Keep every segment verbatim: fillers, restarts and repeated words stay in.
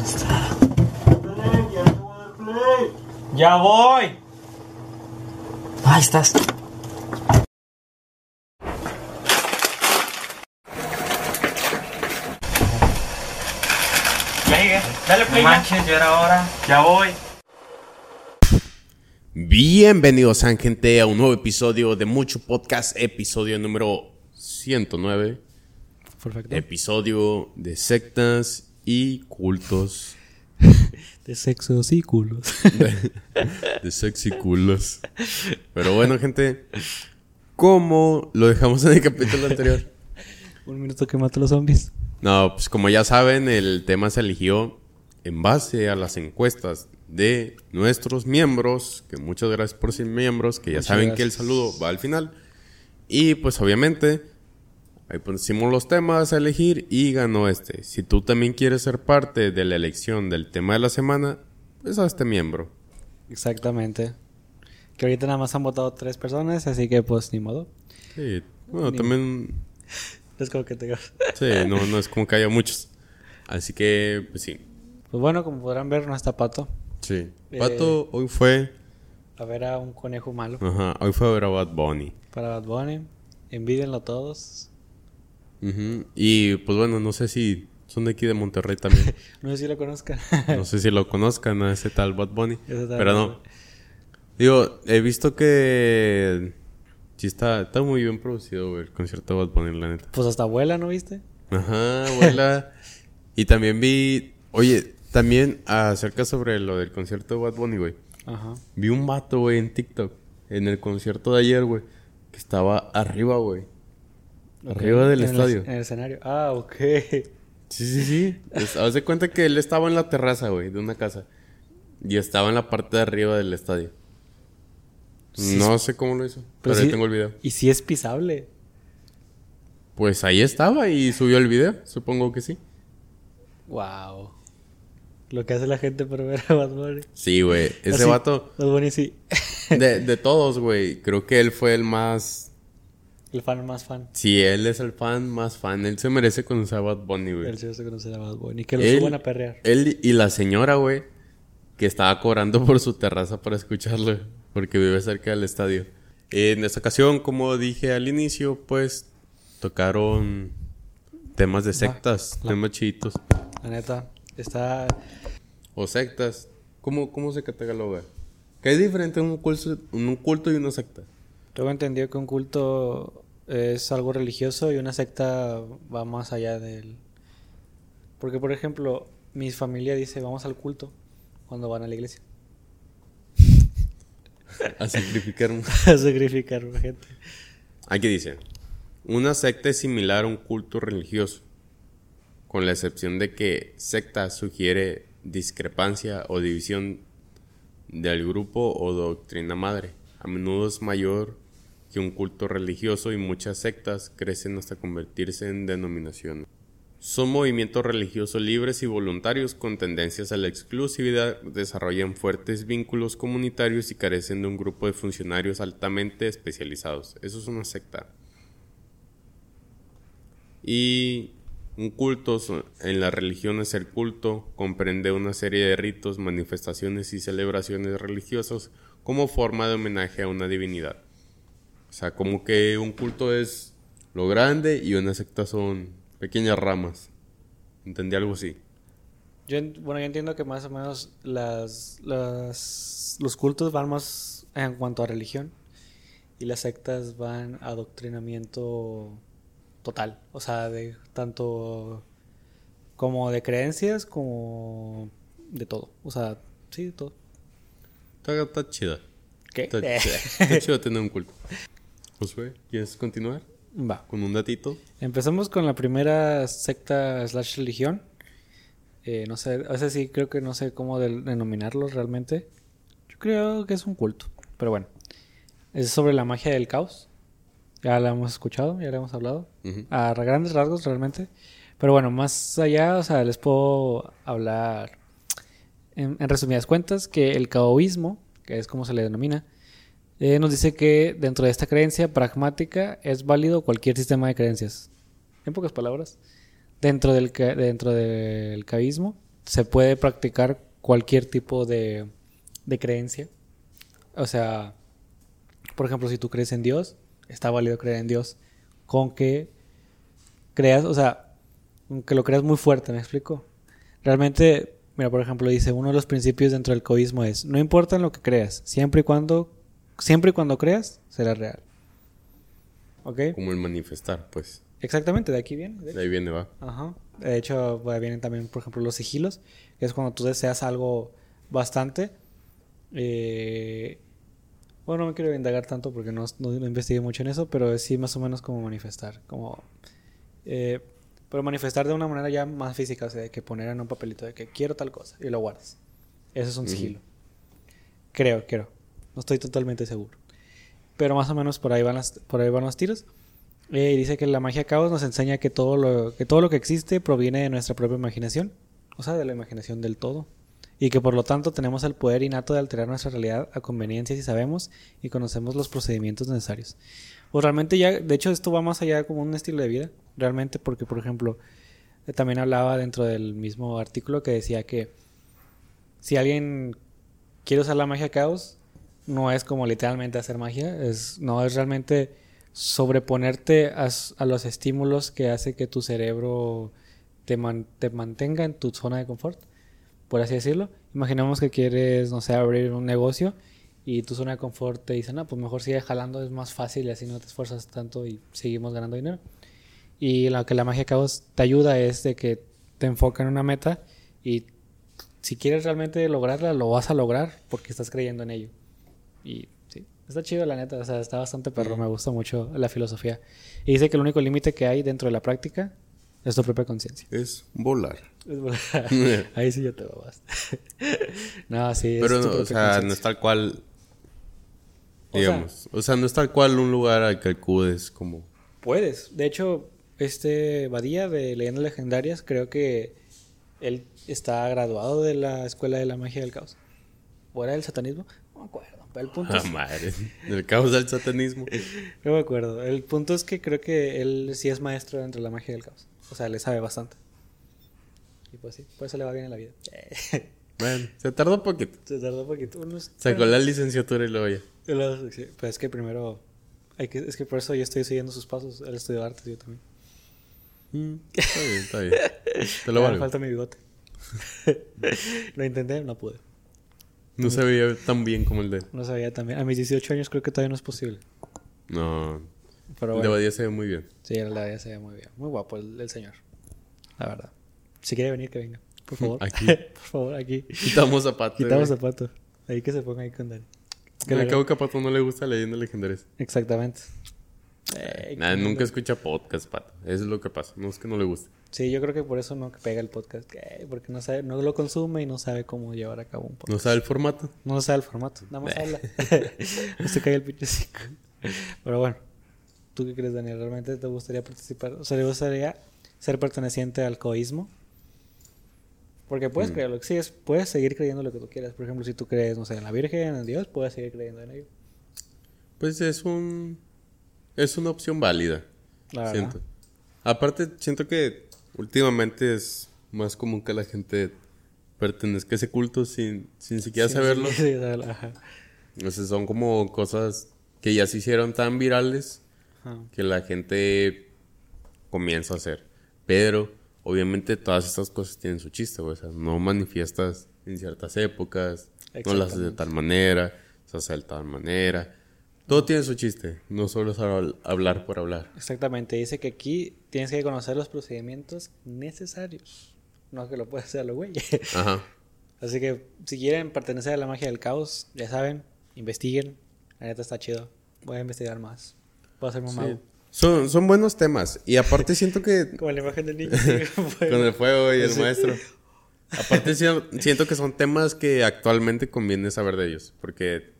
¡Ya voy! Ahí estás. Ya llegué. Dale play. No manches, ya era hora. Ya voy. Bienvenidos, sean gente, a un nuevo episodio de Mucho Podcast, episodio número ciento nueve. Perfecto. Episodio de sectas y cultos. De sexos y culos. De, de sexy culos. Pero bueno, gente, ¿cómo lo dejamos en el capítulo anterior? Un minuto que mata a los zombies. No, pues como ya saben, el tema se eligió en base a las encuestas de nuestros miembros, que muchas gracias por ser miembros, que ya Muchas saben gracias. que el saludo va al final. Y pues obviamente ahí pusimos los temas a elegir y ganó este. Si tú también quieres ser parte de la elección del tema de la semana, pues hazte miembro. Exactamente. Que ahorita nada más han votado tres personas, así que pues ni modo. Sí, bueno, Ni- también... Es como que te... Sí, no, no es como que haya muchos. Así que, pues sí. Pues bueno, como podrán ver, no está Pato. Sí. Eh, Pato hoy fue... A ver a un conejo malo. Ajá, hoy fue a ver a Bad Bunny. Para Bad Bunny. Envídenlo todos. Ujú. Y pues bueno, no sé si son de aquí de Monterrey también. No sé si lo conozcan. No sé si lo conozcan a ese tal Bad Bunny. Ese tal Pero Bad no. Bunny. Digo, he visto que sí está, está muy bien producido, güey, el concierto de Bad Bunny, la neta. Pues hasta abuela, ¿no viste? Ajá, abuela. Y también vi... Oye, también acerca sobre lo del concierto de Bad Bunny, güey. Ajá. Vi un vato, güey, en TikTok, en el concierto de ayer, güey, que estaba arriba, güey. Arriba del En el- estadio. en el escenario. Ah, ok. Sí, sí, sí. Pues, haz de cuenta que él estaba en la terraza, güey, de una casa. Y estaba en la parte de arriba del estadio. Sí, No sé cómo lo hizo, pero, sí- ahí tengo el video. Y sí es pisable. Pues ahí estaba y subió el video, supongo que sí. Wow. Lo que hace la gente por ver a Bad Bunny. Sí, güey. Ese Así, vato, Bad Bunny sí. de, de todos, güey, creo que él fue el más... El fan más fan. Sí, él es el fan más fan. Él se merece conocer a Bad Bunny, güey. El señor se conoce a Bad Bunny. Que lo Él- suban a perrear. Él y la señora, güey, que estaba cobrando por su terraza para escucharlo, porque vive cerca del estadio. En esta ocasión, como dije al inicio, pues tocaron temas de sectas, la- temas chiditos. La neta. Está... O sectas. ¿Cómo, cómo se cataloga? ¿Qué es diferente en un culto, en un culto y una secta? Tengo entendido que un culto es algo religioso y una secta va más allá del... Porque, por ejemplo, mi familia dice vamos al culto cuando van a la iglesia. A sacrificar. A sacrificar a gente. Aquí dice: una secta es similar a un culto religioso, con la excepción de que secta sugiere discrepancia o división del grupo o doctrina madre. A menudo es mayor que un culto religioso y muchas sectas crecen hasta convertirse en denominaciones. Son movimientos religiosos libres y voluntarios con tendencias a la exclusividad, desarrollan fuertes vínculos comunitarios y carecen de un grupo de funcionarios altamente especializados. Eso es una secta. Y un culto, en las religiones el culto comprende una serie de ritos, manifestaciones y celebraciones religiosas como forma de homenaje a una divinidad. O sea, como que un culto es lo grande y una secta son pequeñas ramas. ¿Entendí algo así? Yo, en- bueno, yo entiendo que más o menos las, las, los cultos van más en cuanto a religión y las sectas van a adoctrinamiento total. O sea, de tanto como de creencias como de todo. O sea, sí, de todo. Está, está chida. ¿Qué? Está, chida. Está chido tener un culto. Josué, ¿quieres continuar Va. con un datito? Empezamos con la primera secta slash religión. Eh, no sé, a veces sí creo que no sé cómo de- denominarlo realmente. Yo creo que es un culto, pero bueno. Es sobre la magia del caos. Ya la hemos escuchado, ya la hemos hablado. Ujú. A grandes rasgos realmente. Pero bueno, más allá, o sea, les puedo hablar en, en resumidas cuentas que el caoísmo, que es como se le denomina, eh, nos dice que dentro de esta creencia pragmática es válido cualquier sistema de creencias. En pocas palabras, dentro del, ca- dentro del caísmo se puede practicar cualquier tipo de, de creencia. O sea, por ejemplo, si tú crees en Dios, está válido creer en Dios. Con que creas, o sea, que lo creas muy fuerte, ¿me explico? Realmente, mira, por ejemplo, dice, uno de los principios dentro del coísmo es, no importa en lo que creas, siempre y cuando, siempre y cuando creas, será real. ¿Ok? Como el manifestar, pues. Exactamente, de aquí viene. De, De ahí viene, va. Ajá. De hecho, bueno, vienen también, por ejemplo, los sigilos, que es cuando tú deseas algo bastante. Eh, bueno, no me quiero indagar tanto porque no, no, no investigué mucho en eso, pero sí más o menos como manifestar, como... Eh, pero manifestar de una manera ya más física, o sea, de que poner en un papelito de que quiero tal cosa y lo guardas. Eso es un sigilo. Uh-huh. Creo, creo. No estoy totalmente seguro. Pero más o menos por ahí van, las, por ahí van los tiros. Eh, y dice que la magia caos nos enseña que todo, lo, que todo lo que existe proviene de nuestra propia imaginación. O sea, de la imaginación del todo. Y que por lo tanto tenemos el poder innato de alterar nuestra realidad a conveniencia si sabemos y conocemos los procedimientos necesarios. Pues realmente ya, de hecho esto va más allá como un estilo de vida. Realmente porque, por ejemplo, eh, también hablaba dentro del mismo artículo que decía que si alguien quiere usar la magia caos, no es como literalmente hacer magia. Es, no, es realmente sobreponerte a, a los estímulos que hace que tu cerebro te, man, te mantenga en tu zona de confort, por así decirlo. Imaginemos que quieres, no sé, abrir un negocio y tu zona de confort te dice, no, pues mejor sigue jalando, es más fácil y así no te esfuerzas tanto y seguimos ganando dinero. Y lo que la magia caos te ayuda es de que te enfoca en una meta y si quieres realmente lograrla, lo vas a lograr porque estás creyendo en ello. Y sí, está chido la neta, o sea, está bastante perro, me gusta mucho la filosofía. Y dice que el único límite que hay dentro de la práctica es tu propia conciencia. Es volar. Es volar. Ahí sí ya te babas. No, sí. Pero es no, o sea, no es tal cual, digamos. O sea, o sea, no es tal cual un lugar al que acudes como... Puedes. De hecho, este Badía de Leyendas Legendarias, creo que él está graduado de la Escuela de la Magia del Caos. ¿O era del satanismo? No me acuerdo. Pero el punto ah, es... madre. Del caos del satanismo. No me acuerdo. El punto es que creo que él sí es maestro dentro de la magia del caos. O sea, le sabe bastante. Y pues sí, por eso le va bien en la vida. Bueno, se tardó un poquito. Se tardó un poquito. Unos... Sacó la licenciatura y luego ya. Pues es que primero... Hay que... Es que por eso yo estoy siguiendo sus pasos. Él estudió artes, yo también. Mm, está bien, está bien. Te lo Me valgo. falta mi bigote. Lo intenté, no pude. No se veía tan bien como el de él. No sabía también. A mis dieciocho años creo que todavía no es posible. No. Pero el bueno. de Badía se ve muy bien. Sí, el de Badía se ve muy bien. Muy guapo el, el señor. La verdad. Si quiere venir, que venga. Por favor. Aquí. Por favor, aquí. Quitamos zapatos. Quitamos zapatos. Ahí que se ponga ahí con Dani. Es que Al la... cabo que a Pato no le gusta leyendas legendarias. Exactamente. Eh, Nah, nunca escucha podcast, Pato. Eso es lo que pasa. No es que no le guste. Sí, yo creo que por eso no pega el podcast. Eh, porque no sabe, no lo consume y no sabe cómo llevar a cabo un podcast. ¿No sabe el formato? No sabe el formato. Nada más habla. No se cae el pinche cinco. Pero bueno. ¿Tú qué crees, Daniel? ¿Realmente te gustaría participar? O sea, ¿te gustaría ser perteneciente al coísmo? Porque puedes mm. creerlo. Sí, es, puedes seguir creyendo lo que tú quieras. Por ejemplo, si tú crees, no sé, en la Virgen, en Dios, puedes seguir creyendo en ello. Pues es un... Es una opción válida. La siento. verdad. Aparte, siento que últimamente es más común que la gente pertenezca a ese culto sin, sin siquiera sí, saberlo. Sí, sí, ajá. O sea, son como cosas que ya se hicieron tan virales ajá. que la gente comienza a hacer. Pero, obviamente, todas estas cosas tienen su chiste. O sea, no manifiestas en ciertas épocas, no las haces de tal manera, se hace de tal manera. Todo tiene su chiste, no solo es hablar por hablar. Exactamente, dice que aquí tienes que conocer los procedimientos necesarios. No que lo puedes hacer a lo güey. Ajá. Así que si quieren pertenecer a la magia del caos, ya saben, investiguen. La neta está chido. Voy a investigar más. Voy a hacer un sí. mago. Son, son buenos temas. Y aparte siento que... Como la imagen del niño. Con el fuego y el sí. maestro. Aparte siento que son temas que actualmente conviene saber de ellos. Porque...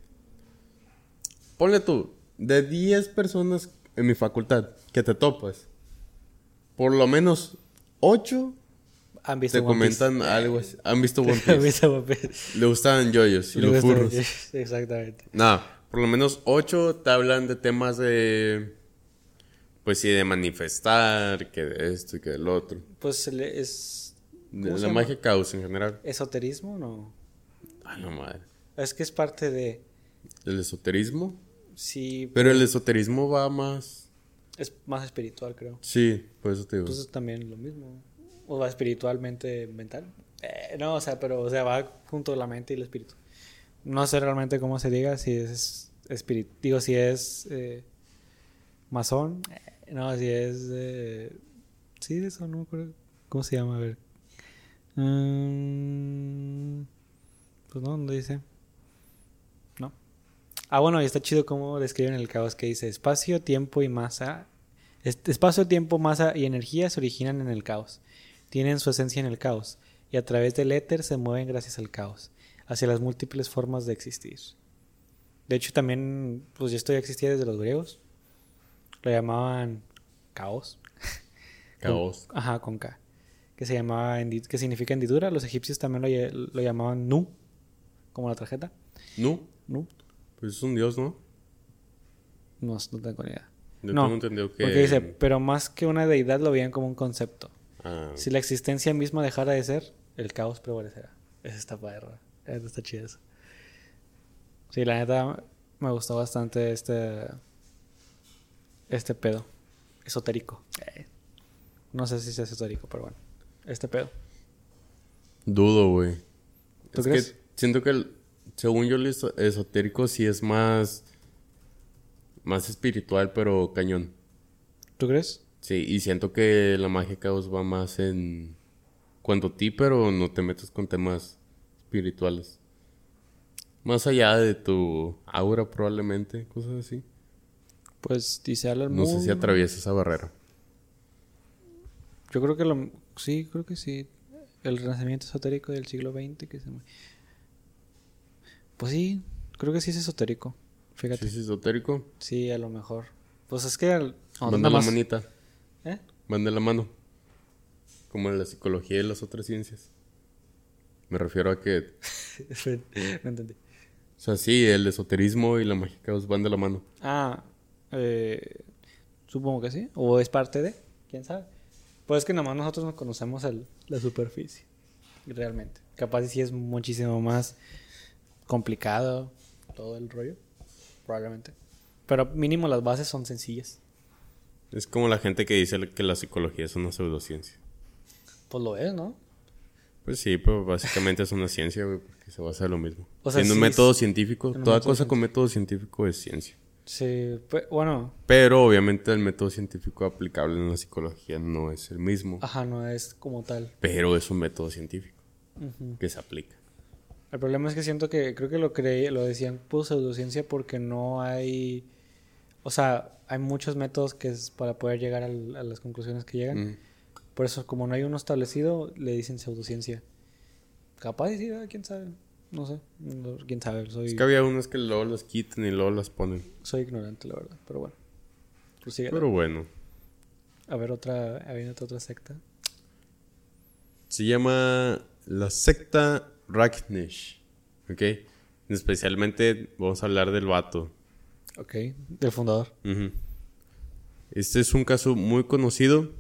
Ponle tú, de diez personas en mi facultad que te topas, por lo menos ocho han visto te comentan Piece. algo así. Han visto One Piece. Han visto One Piece. Le gustan yoyos y Le los furros. Exactamente. No, por lo menos ocho te hablan de temas de... Pues sí, de manifestar, que de esto y que del otro. Pues es... De ¿Cómo se la llama? magia caos en general. ¿Esoterismo? No. Ah, no madre. Es que es parte de... El esoterismo. Sí, Pero el esoterismo va más. es más espiritual, creo. Sí, por eso te digo. Entonces también lo mismo. O va espiritualmente mental. Eh, no, o sea, pero o sea, va junto a la mente y el espíritu. No sé realmente cómo se diga, si es espíritu, digo, si es eh, masón, eh, no, si es eh, sí, de eso no me acuerdo cómo se llama, a ver. Mm, pues no, no dice. No. Ah, bueno, y está chido cómo describen el caos, que dice espacio, tiempo y masa. Este espacio, tiempo, masa y energía se originan en el caos. Tienen su esencia en el caos y a través del éter se mueven gracias al caos, hacia las múltiples formas de existir. De hecho, también, pues esto ya existía desde los griegos. Lo llamaban caos. Caos. Con, ajá, con K. Que se llamaba, hendi- que significa hendidura. Los egipcios también lo, ll- lo llamaban Nu, como la tarjeta. No, Nu. pues es un dios, ¿no? No, no tengo ni idea. Yo No, tengo entendido que. porque dice, pero más que una deidad lo veían como un concepto. Ah, Si la existencia misma dejara de ser, el caos prevalecerá. Esa está padre. La neta está chida eso. Sí, la neta me gustó bastante este este pedo esotérico. Eh, No sé si es esotérico, pero bueno. Este pedo. dudo, güey. ¿Tú Es crees? que siento que, el- según yo, el eso- esotérico sí es más. Más espiritual, pero cañón. ¿Tú crees? Sí, y siento que la magia caos va más en. Cuanto a ti, pero no te metes con temas espirituales. Más allá de tu aura, probablemente, cosas así. Pues dice Alan No sé Moore. si atraviesa esa barrera. Yo creo que lo sí, creo que sí. El renacimiento esotérico del siglo veinte que se me- Pues sí, creo que sí es esotérico. Fíjate. Sí, es esotérico. Sí, a lo mejor. Pues es que al- nosotros Van de nada la más- manita. ¿Eh? Van de la mano. Como en la psicología y las otras ciencias. Me refiero a que. No entendí. O sea, sí, el esoterismo y la magia caos van de la mano. Ah, eh, supongo que sí. O es parte de, quién sabe. Pues es que nada más nosotros nos conocemos el- la superficie. Realmente. Capaz sí es muchísimo más complicado todo el rollo. Probablemente. Pero mínimo las bases son sencillas. Es como la gente que dice que la psicología es una pseudociencia. Pues lo es, ¿no? Pues sí, pero básicamente es una ciencia, güey, porque se basa en lo mismo. O sea, Siendo un sí método es- científico, en un toda método cosa con método científico es ciencia. Sí, pues, bueno, Pero obviamente el método científico aplicable en la psicología no es el mismo. ajá, no es como tal. Pero es un método científico Ujú. que se aplica. El problema es que siento que, creo que lo creí, lo decían por pseudociencia porque no hay, o sea, hay muchos métodos que es para poder llegar al- a las conclusiones que llegan. Mm. Por eso, como no hay uno establecido, le dicen pseudociencia. Capaz, sí, ¿verdad? quién sabe. No sé, no, quién sabe. Soy, Es que había unas que luego las quitan y luego las ponen. soy ignorante, la verdad. Pero bueno. Pues sigue. Pero bueno. A ver, otra, había otra, otra secta. Se llama la secta Raknesh. ¿Ok? Especialmente vamos a hablar del vato. Ok, del fundador. Ujú. Este es un caso muy conocido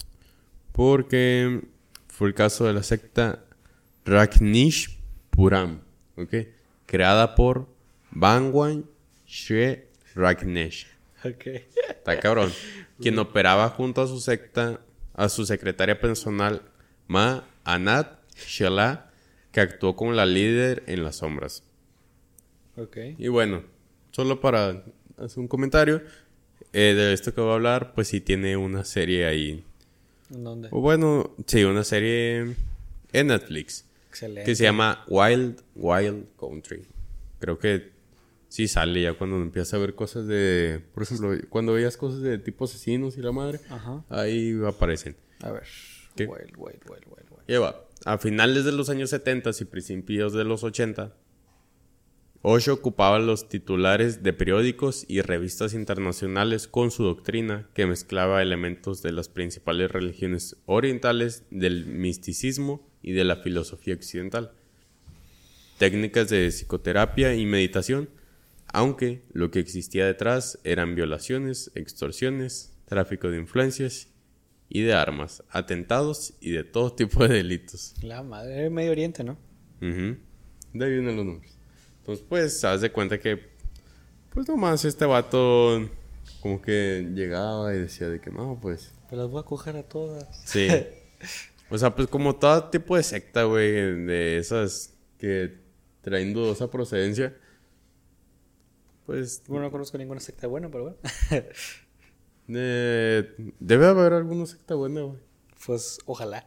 porque fue el caso de la secta Rajneesh Puram, ¿ok? Creada por Bhagwan Shree Rajneesh. Ok. Está cabrón. Quien operaba junto a su secta, a su secretaria personal, Ma Anat Shelah, que actuó como la líder en las sombras. Ok. Y bueno, solo para hacer un comentario, eh, de esto que voy a hablar, pues sí tiene una serie ahí. ¿En dónde? O bueno, sí, una serie en Netflix Excelente. que se llama Wild Wild Country. Creo que sí sale ya cuando empiezas a ver cosas de... Por ejemplo, cuando veías cosas de tipo asesinos y la madre, Ajá. ahí aparecen. A ver. ¿Qué? Wild, wild, wild, wild, wild. Lleva, a finales de los años setenta y principios de los ochenta, Osho ocupaba los titulares de periódicos y revistas internacionales con su doctrina que mezclaba elementos de las principales religiones orientales, del misticismo y de la filosofía occidental. Técnicas de psicoterapia y meditación, aunque lo que existía detrás eran violaciones, extorsiones, tráfico de influencias y de armas, atentados y de todo tipo de delitos. La madre del Medio Oriente, ¿no? Ujú. De ahí vienen los nombres. Entonces, pues, haz de cuenta que, pues, nomás este vato como que llegaba y decía de que no, pues... Pero las voy a coger a todas. Sí. O sea, pues como todo tipo de secta, güey, de esas que traen dudosa procedencia, pues... Bueno, no conozco ninguna secta buena, pero bueno. eh, debe haber alguna secta buena, güey. Pues, ojalá.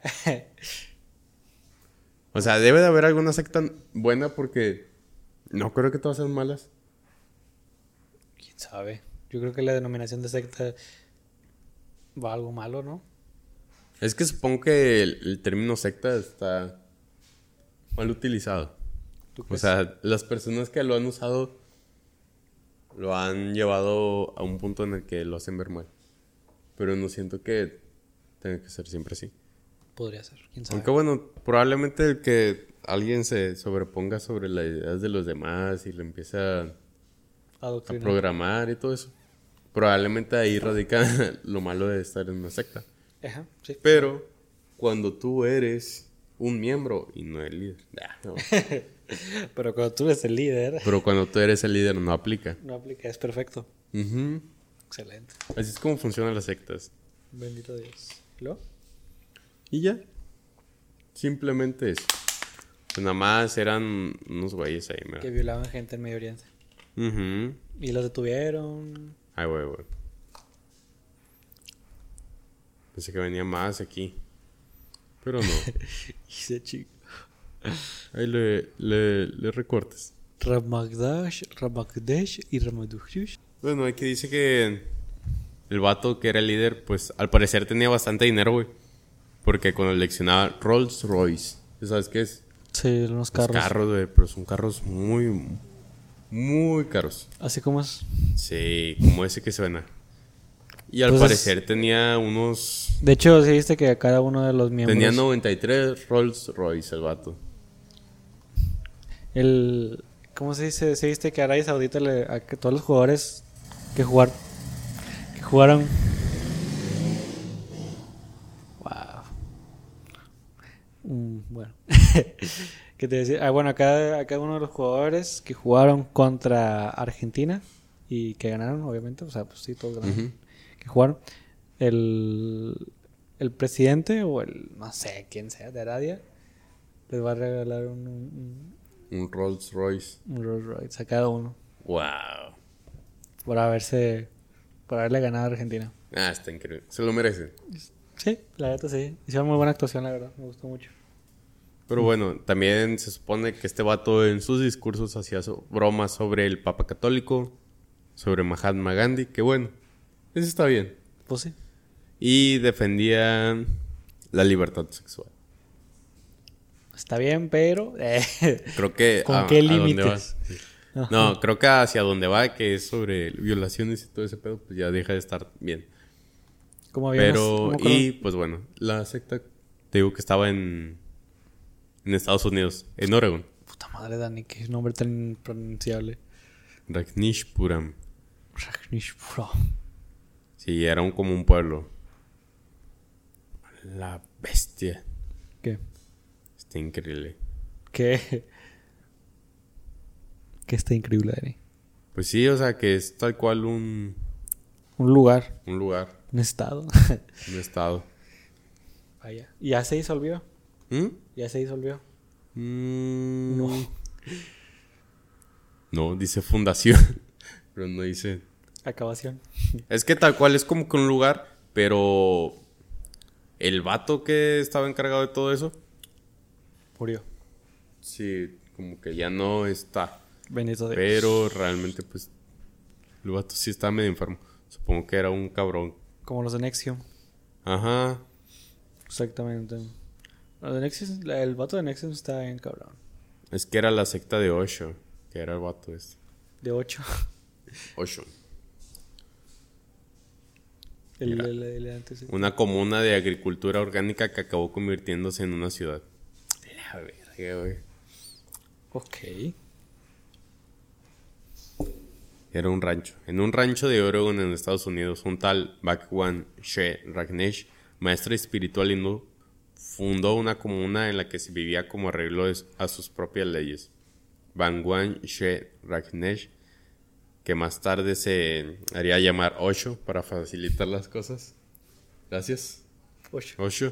O sea, debe de haber alguna secta buena porque no creo que todas sean malas. ¿Quién sabe? Yo creo que la denominación de secta va a algo malo, ¿no? Es que supongo que el, el término secta está mal utilizado. ¿Tú O crees? sea, las personas que lo han usado lo han llevado a un punto en el que lo hacen ver mal. Pero no siento que tenga que ser siempre así. Podría ser, quién sabe. Aunque bueno, probablemente el que alguien se sobreponga sobre las ideas de los demás y le empiece a, a Adoctrinar. programar y todo eso. Probablemente ahí radica lo malo de estar en una secta. Ajá, sí. Pero cuando tú eres un miembro y no el líder. Ah, no. Pero cuando tú eres el líder, Pero cuando tú eres el líder no aplica. no aplica, es perfecto. Ujú. Excelente. Así es como funcionan las sectas. Bendito Dios. ¿Lo? Y ya. Simplemente eso. Pues nada más eran unos güeyes ahí, mira. Que violaban gente en Medio Oriente. Ujú. Y los detuvieron. Ay, güey, güey. Pensé que venía más aquí. Pero no. Y se chico. Ahí le, le, le recortes. Ramagdash, Ramagdash y Ramadush. Bueno, aquí dice que el vato que era el líder, pues al parecer tenía bastante dinero, güey. Porque cuando leccionaba Rolls Royce, ¿sabes qué es? Sí, unos Los carros. carros, güey, pero son carros muy, muy caros. Así como es. Sí, como ese que suena. Y al Pues parecer tenía unos... De hecho, sí viste que a cada uno de los miembros. Tenía noventa y tres Rolls Royce el vato. El. ¿Cómo se dice? Sí viste que Arabia Saudita le, a que todos los jugadores que jugar que jugaron. Wow. Mm, bueno. ¿Qué te decía? Ah, bueno, a cada, a cada uno de los jugadores que jugaron contra Argentina y que ganaron, obviamente, o sea, pues sí, todos ganaron. Ujú. Que jugaron. El, el presidente o el, no sé, quién sea, de Arabia, les va a regalar un, un, Un Rolls Royce. un Rolls Royce a cada uno Wow. por haberse, por haberle ganado a Argentina. Ah, está increíble. Se lo merecen. Sí, la neta sí. Hicieron muy buena actuación, la verdad. Me gustó mucho. Pero bueno, también se supone que este vato en sus discursos hacía so- bromas sobre el Papa Católico, sobre Mahatma Gandhi, que bueno, eso está bien. Pues sí. Y defendía la libertad sexual. Está bien, pero... eh, Creo que... ¿Con a- qué a dónde límites? va. Ajá. No, creo que hacia donde va, que es sobre violaciones y todo ese pedo, pues ya deja de estar bien. Como habíamos- Pero, no me acuerdo. y pues bueno, la secta, te digo que estaba en, en Estados Unidos, en Oregon. Puta madre, Dani, qué nombre tan pronunciable. Rajneeshpuram. Rajneeshpuram. Sí, era un, como un pueblo. La bestia. ¿Qué? Está increíble. ¿Qué? Que está increíble, Dani. Pues sí, o sea, que es tal cual un, Un lugar, un lugar, un estado. un estado. Vaya. ¿Y ya se disolvió? ¿Mm? ¿Ya se disolvió? Mm. No. No, dice fundación, pero no dice... Acabación. Es que tal cual es como que un lugar, pero el vato que estaba encargado de todo eso, Murió. sí, como que ya no está. Bendito Dios. Pero realmente, pues, el vato sí está medio enfermo. Supongo que era un cabrón. Como los de Nexium. Ajá. Exactamente. Los de Nexium, la- el vato de Nexium está bien cabrón. Es que era la secta de Osho, que era el vato este. De ocho. Osho. El, Mira. el, el- el antes. Una comuna de agricultura orgánica que acabó convirtiéndose en una ciudad. La verga, güey. Ok. Era un rancho. En un rancho de Oregon en Estados Unidos, un tal Bhagwan She Rajneesh maestro espiritual hindú, fundó una comuna en la que se vivía como arreglo a sus propias leyes. Bhagwan Shree Rajneesh, que más tarde se haría llamar Osho para facilitar las cosas. Gracias. Ocho. Osho.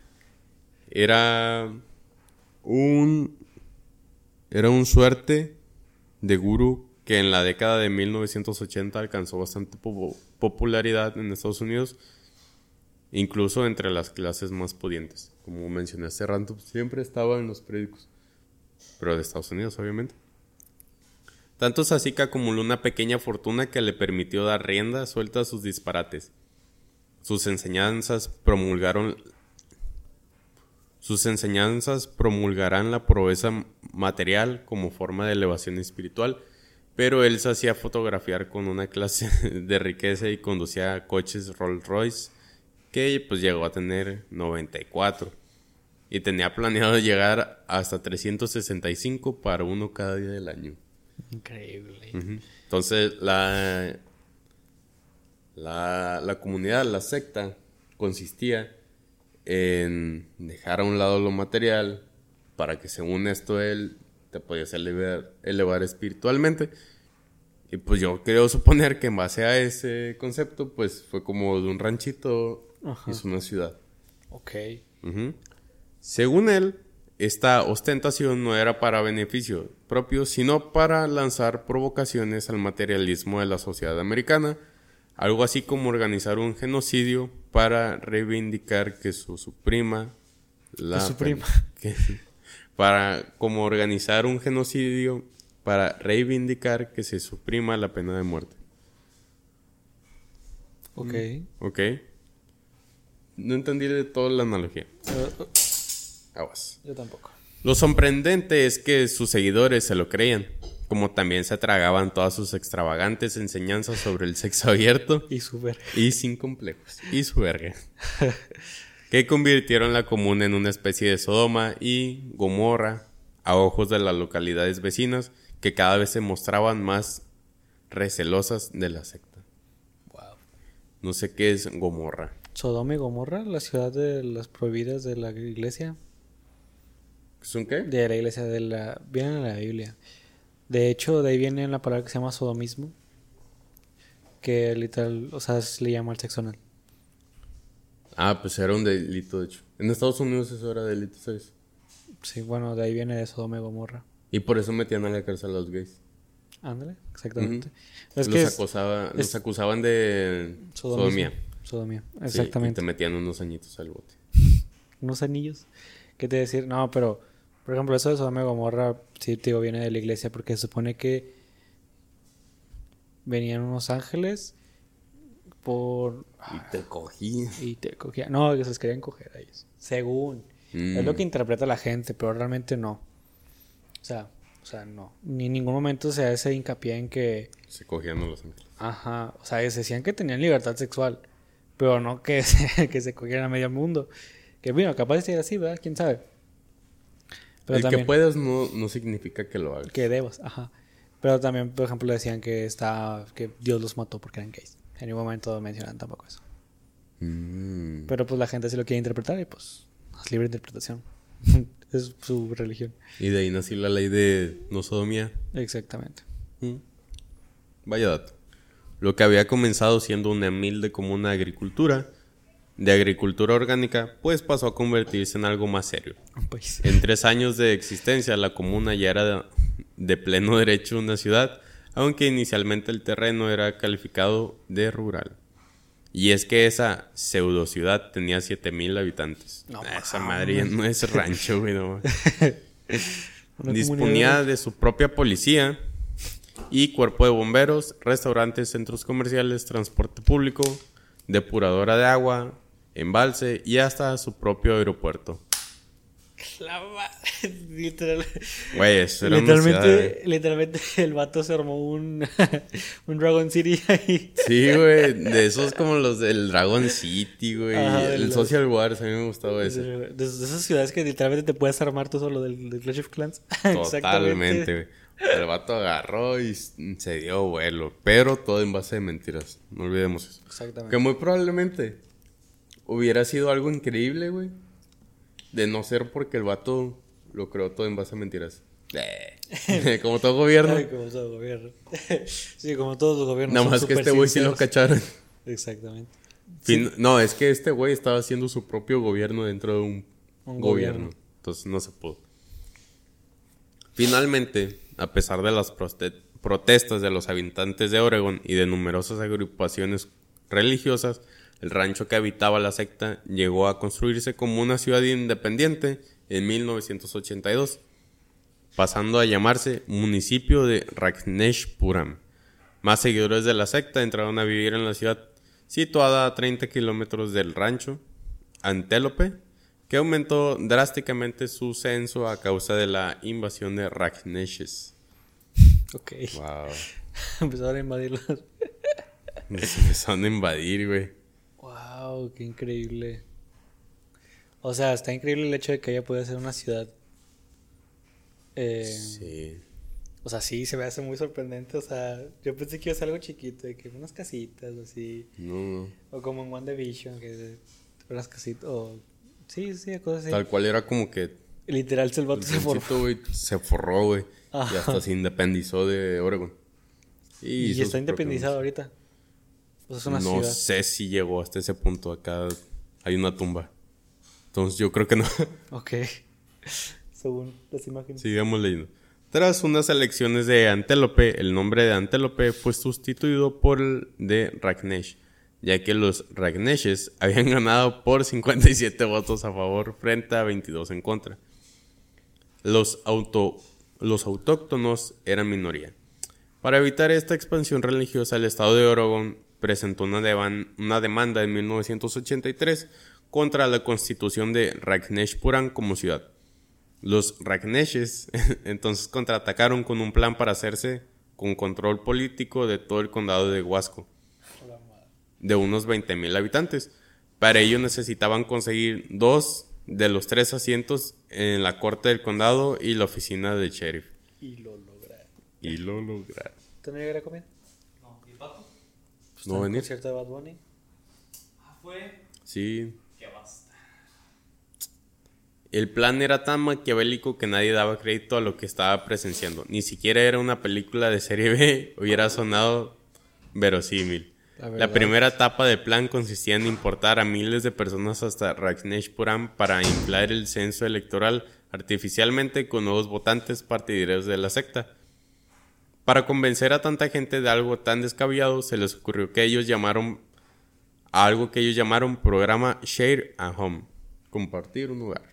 Era un era un suerte de gurú que en la década de mil novecientos ochenta alcanzó bastante po- popularidad en Estados Unidos, incluso entre las clases más pudientes. Como mencioné hace rato, siempre estaba en los periódicos, pero de Estados Unidos, obviamente. Tanto es así que acumuló una pequeña fortuna que le permitió dar rienda suelta a sus disparates. Sus enseñanzas promulgaron sus enseñanzas promulgarán la proeza material como forma de elevación espiritual, pero él se hacía fotografiar con una clase de riqueza y conducía coches Rolls Royce que pues llegó a tener noventa y cuatro y tenía planeado llegar hasta trescientos sesenta y cinco para uno cada día del año. Increíble. Uh-huh. Entonces la, la la comunidad, la secta, consistía en dejar a un lado lo material para que según esto él te podías elevar, elevar espiritualmente. Y pues yo creo suponer que en base a ese concepto pues fue como de un ranchito. Ajá. Hizo una ciudad. Ok. Uh-huh. Según él, esta ostentación no era para beneficio propio, sino para lanzar provocaciones al materialismo de la sociedad americana, algo así como organizar un genocidio para reivindicar que su, su prima... La, su prima. Que, para como organizar un genocidio para reivindicar que se suprima la pena de muerte. Ok. Ok. No entendí de toda la analogía. Uh, uh, Aguas. yo tampoco. Lo sorprendente es que sus seguidores se lo creían, como también se tragaban todas sus extravagantes enseñanzas sobre el sexo abierto y su verga. Y sin complejos. Y su verga. Que convirtieron la comuna en una especie de Sodoma y Gomorra a ojos de las localidades vecinas, que cada vez se mostraban más recelosas de la secta. Wow. No sé qué es Gomorra. Sodoma y Gomorra, la ciudad de las prohibidas de la iglesia. ¿Son qué? De la iglesia, de la... viene en la Biblia. De hecho, de ahí viene la palabra que se llama sodomismo. Que literal, o sea, se le llama al sexo anal. Ah, pues era un delito, de hecho. En Estados Unidos eso era delito, ¿sabes? Sí, bueno, de ahí viene de Sodoma y Gomorra. Y por eso metían a la cárcel a los gays. Ándale, exactamente. Uh-huh. Es los, que acosaba, es, los acusaban de sodomismo. sodomía. Sodomía, exactamente. Sí, y te metían unos añitos al bote. Unos anillos. ¿Qué te decir? No, pero, por ejemplo, eso de Sodoma y Gomorra, sí, te digo, viene de la iglesia, porque se supone que venían unos ángeles por... Y te cogían. Y te cogían. No, que se les querían coger a ellos. Según. Mm. Es lo que interpreta la gente, pero realmente no. O sea, o sea, no. Ni en ningún momento se hace hincapié en que... Se cogían a los ángeles. Ajá. O sea, se decían que tenían libertad sexual, pero no que se, que se cogieran a medio mundo. Que bueno, capaz de ser así, ¿verdad? ¿Quién sabe? Pero el también, que puedas no, no significa que lo hagas. Que debas, ajá. Pero también, por ejemplo, decían que está, que Dios los mató porque eran gays. En ningún momento mencionan tampoco eso. Mm. Pero pues la gente sí lo quiere interpretar y pues es libre interpretación. Es su religión. Y de ahí nació la ley de no sodomía. Exactamente. Mm. Vaya dato. Lo que había comenzado siendo una humilde comuna de agricultura, de agricultura orgánica, pues pasó a convertirse en algo más serio. Pues. En tres años de existencia, la comuna ya era de, de pleno derecho una ciudad, aunque inicialmente el terreno era calificado de rural. Y es que esa pseudo ciudad tenía siete mil habitantes. No, esa madre no es rancho, güey. No. Disponía de su propia policía y cuerpo de bomberos, restaurantes, centros comerciales, transporte público, depuradora de agua, embalse y hasta su propio aeropuerto. La madre, literal. Güey, eso era literalmente, una ciudad, eh. literalmente el vato se armó un, un Dragon City ahí. Sí, güey, de esos como los del Dragon City, güey. Ah, el los... Social Wars, a mí me gustaba ese. De, de esas ciudades que literalmente te puedes armar tú solo del, del Clash of Clans. Totalmente, güey. El vato agarró y se dio vuelo, pero todo en base de mentiras. No olvidemos eso. Exactamente. Que muy probablemente hubiera sido algo increíble, güey. De no ser porque el vato lo creó todo en base a mentiras. Eh, como todo gobierno. Ay, como todo gobierno. Sí, como todos los gobiernos. Nada son más que súper este güey sí lo sinceros. cacharon. Exactamente. Fin- No, es que este güey estaba haciendo su propio gobierno dentro de un, Un gobierno. gobierno. Entonces no se pudo. Finalmente, a pesar de las proste- protestas de los habitantes de Oregon y de numerosas agrupaciones religiosas, el rancho que habitaba la secta llegó a construirse como una ciudad independiente en mil novecientos ochenta y dos, pasando a llamarse municipio de Rajneshpuram. Más seguidores de la secta entraron a vivir en la ciudad situada a treinta kilómetros del rancho Antelope, que aumentó drásticamente su censo a causa de la invasión de Rajneeshes. Ok. Wow. Empezaron a invadirlos. Se empezaron a invadir, güey. Wow, qué increíble. O sea, está increíble el hecho de que haya podido ser una ciudad. Eh, Sí. O sea, sí, se me hace muy sorprendente. O sea, yo pensé que iba a ser algo chiquito, de que unas casitas o así. No, no. O como en WandaVision, que de- unas casitas. O sí, sí, cosas así. Tal cual era como que Literal, el vato el se formó. ranchito, güey, se forró, güey. Y Ajá. hasta se independizó de Oregon. Y hizo está su independizado propio- ahorita. O sea, es una No ciudad. sé si llegó hasta ese punto. Acá hay una tumba. Entonces yo creo que no. Ok. Según las imágenes. Sigamos leyendo. Tras unas elecciones de Antelope, el nombre de Antelope fue sustituido por el de Rajneesh, ya que los Rajneeshes habían ganado por cincuenta y siete votos a favor frente a veintidós en contra. Los, auto, los autóctonos eran minoría. Para evitar esta expansión religiosa, el estado de Oregon presentó una, devan- una demanda en mil novecientos ochenta y tres contra la constitución de Rajneshpuram como ciudad. Los Rajneeshes entonces contraatacaron con un plan para hacerse con control político de todo el condado de Wasco, de unos veinte mil habitantes. Para ello necesitaban conseguir dos de los tres asientos en la corte del condado y la oficina del sheriff. Y lo lograron. Y lo lograron. ¿Tú no llegaste a comer? No, ¿y el pato? Pues No está en el venir. concierto de Bad Bunny. Ah, fue. Sí. Que basta. El plan era tan maquiavélico que nadie daba crédito a lo que estaba presenciando. Ni siquiera era una película de serie B, hubiera sonado verosímil. La La, verdad. primera etapa del plan consistía en importar a miles de personas hasta Rajneshpuram para inflar el censo electoral artificialmente con nuevos votantes partidarios de la secta. Para convencer a tanta gente de algo tan descabellado, se les ocurrió que ellos llamaron a algo que ellos llamaron programa Share a Home, compartir un lugar,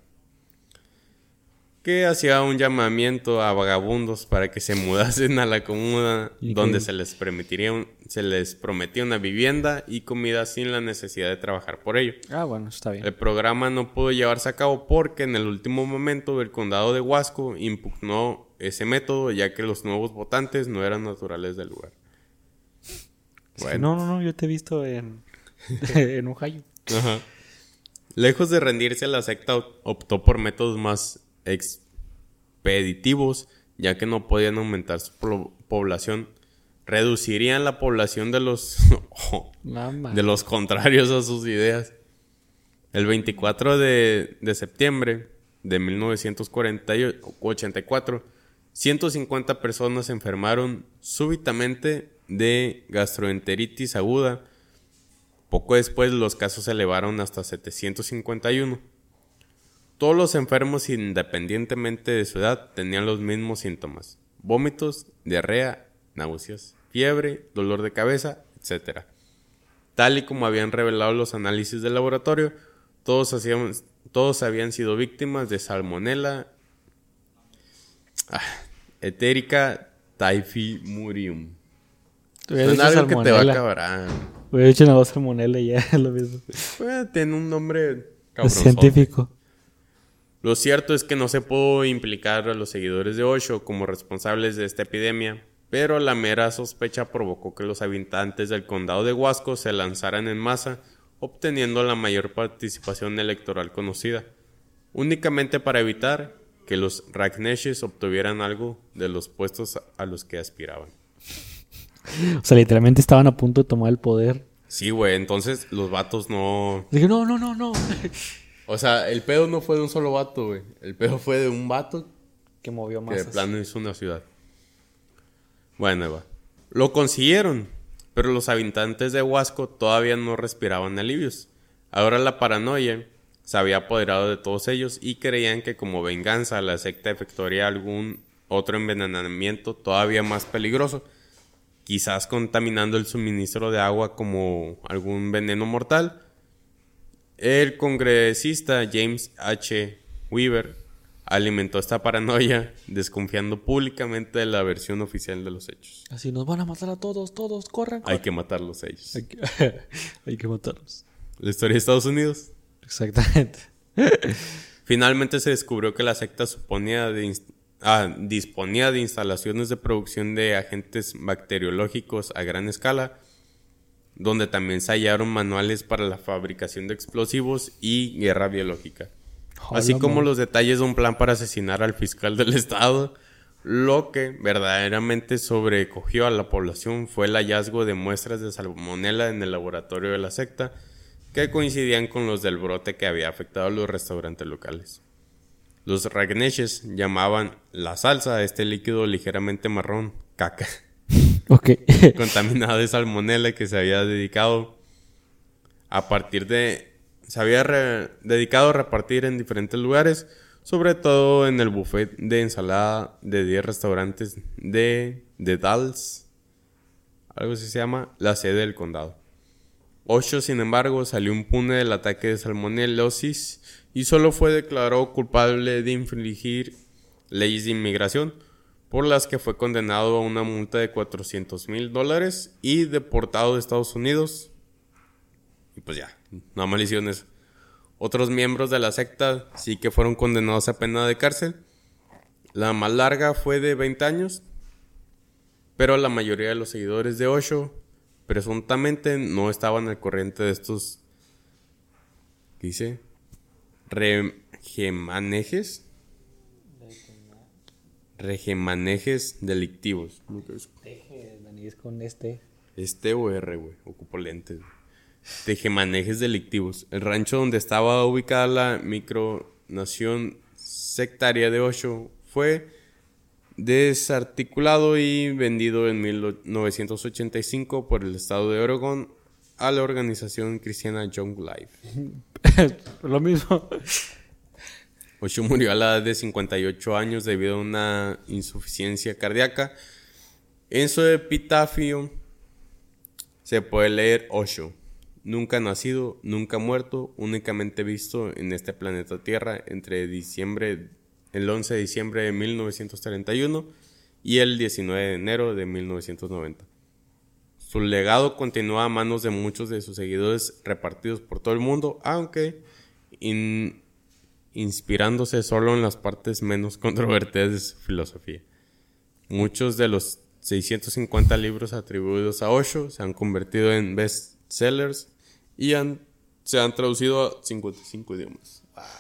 que hacía un llamamiento a vagabundos para que se mudasen a la comuna ¿Y donde qué? se les permitiría un- se les prometía una vivienda y comida sin la necesidad de trabajar por ello. Ah, bueno, está bien. El programa no pudo llevarse a cabo porque en el último momento el condado de Wasco impugnó ese método, ya que los nuevos votantes no eran naturales del lugar. Bueno. No, no, no, yo te he visto en, en Ohio. Ajá. Lejos de rendirse, la secta op- optó por métodos más expeditivos, ya que no podían aumentar su po- población. Reducirían la población de los Mamá. de los contrarios a sus ideas. El veinticuatro de, de septiembre de mil novecientos ochenta y cuatro, ciento cincuenta personas se enfermaron súbitamente de gastroenteritis aguda. Poco después los casos se elevaron hasta setecientos cincuenta y uno. Todos los enfermos, independientemente de su edad, tenían los mismos síntomas: vómitos, diarrea, náuseas, fiebre, dolor de cabeza, etcétera. Tal y como habían revelado los análisis del laboratorio, todos, hacían, todos habían sido víctimas de salmonella ah, Enterica typhimurium. Te hubiera Suena dicho algo que te va a salmonela. acabar. Ah, Hubiera dicho una voz salmonela y ya es lo mismo. pues, tiene un nombre Es cabronzote. científico. Lo cierto es que no se pudo implicar a los seguidores de Osho como responsables de esta epidemia, pero la mera sospecha provocó que los habitantes del condado de Wasco se lanzaran en masa, obteniendo la mayor participación electoral conocida, únicamente para evitar que los Rajneeshes obtuvieran algo de los puestos a los que aspiraban. O sea, literalmente estaban a punto de tomar el poder Sí, güey, entonces los vatos no... Dije, no, no, no, no. O sea, el pedo no fue de un solo vato, güey. El pedo fue de un vato Que movió que de masas. plano hizo una ciudad. Bueno, ahí va. Lo consiguieron, pero los habitantes de Huasco todavía no respiraban alivios. Ahora la paranoia se había apoderado de todos ellos y creían que como venganza la secta efectuaría algún otro envenenamiento todavía más peligroso, quizás contaminando el suministro de agua como algún veneno mortal. El congresista James H. Weaver alimentó esta paranoia, desconfiando públicamente de la versión oficial de los hechos. Así nos van a matar a todos, todos, corran, corran. Hay que matarlos a ellos. Hay que, hay que matarlos. La historia de Estados Unidos. Exactamente. Finalmente se descubrió que la secta suponía de inst- ah, disponía de instalaciones de producción de agentes bacteriológicos a gran escala, donde también se hallaron manuales para la fabricación de explosivos y guerra biológica, así Hola, como man. los detalles de un plan para asesinar al fiscal del estado. Lo que verdaderamente sobrecogió a la población fue el hallazgo de muestras de salmonela en el laboratorio de la secta, que coincidían con los del brote que había afectado a los restaurantes locales. Los ragneches llamaban la salsa a este líquido ligeramente marrón, caca, Ok. contaminado de salmonela, que se había dedicado a partir de se había re- dedicado a repartir en diferentes lugares, sobre todo en el buffet de ensalada de diez restaurantes de de Dallas, algo así se llama, la sede del condado. Osho, sin embargo, salió impune del ataque de salmonelosis y solo fue declarado culpable de infringir leyes de inmigración, por las que fue condenado a una multa de cuatrocientos mil dólares y deportado de Estados Unidos. Y pues ya, no más le hicieron eso. Otros miembros de la secta sí que fueron condenados a pena de cárcel. La más larga fue de veinte años, pero la mayoría de los seguidores de Osho presuntamente no estaban al corriente de estos, ¿qué dice? Regemanejes. Regemanejes delictivos. Deje, Dani, es con este. Este o R, güey. Ocupo lentes. Tejemanejes delictivos. El rancho donde estaba ubicada la micronación sectaria de Osho fue desarticulado y vendido en mil novecientos ochenta y cinco por el estado de Oregón a la organización cristiana Young Life. Lo mismo. Osho murió a la edad de cincuenta y ocho años debido a una insuficiencia cardíaca. En su epitafio se puede leer: Osho, nunca nacido, nunca muerto, únicamente visto en este planeta Tierra entre diciembre, el once de diciembre de mil novecientos treinta y uno y el diecinueve de enero de mil novecientos noventa. Su legado continúa a manos de muchos de sus seguidores repartidos por todo el mundo, aunque in, inspirándose solo en las partes menos controvertidas de su filosofía. Muchos de los seiscientos cincuenta libros atribuidos a Osho se han convertido en bestsellers y han, se han traducido a cincuenta y cinco idiomas.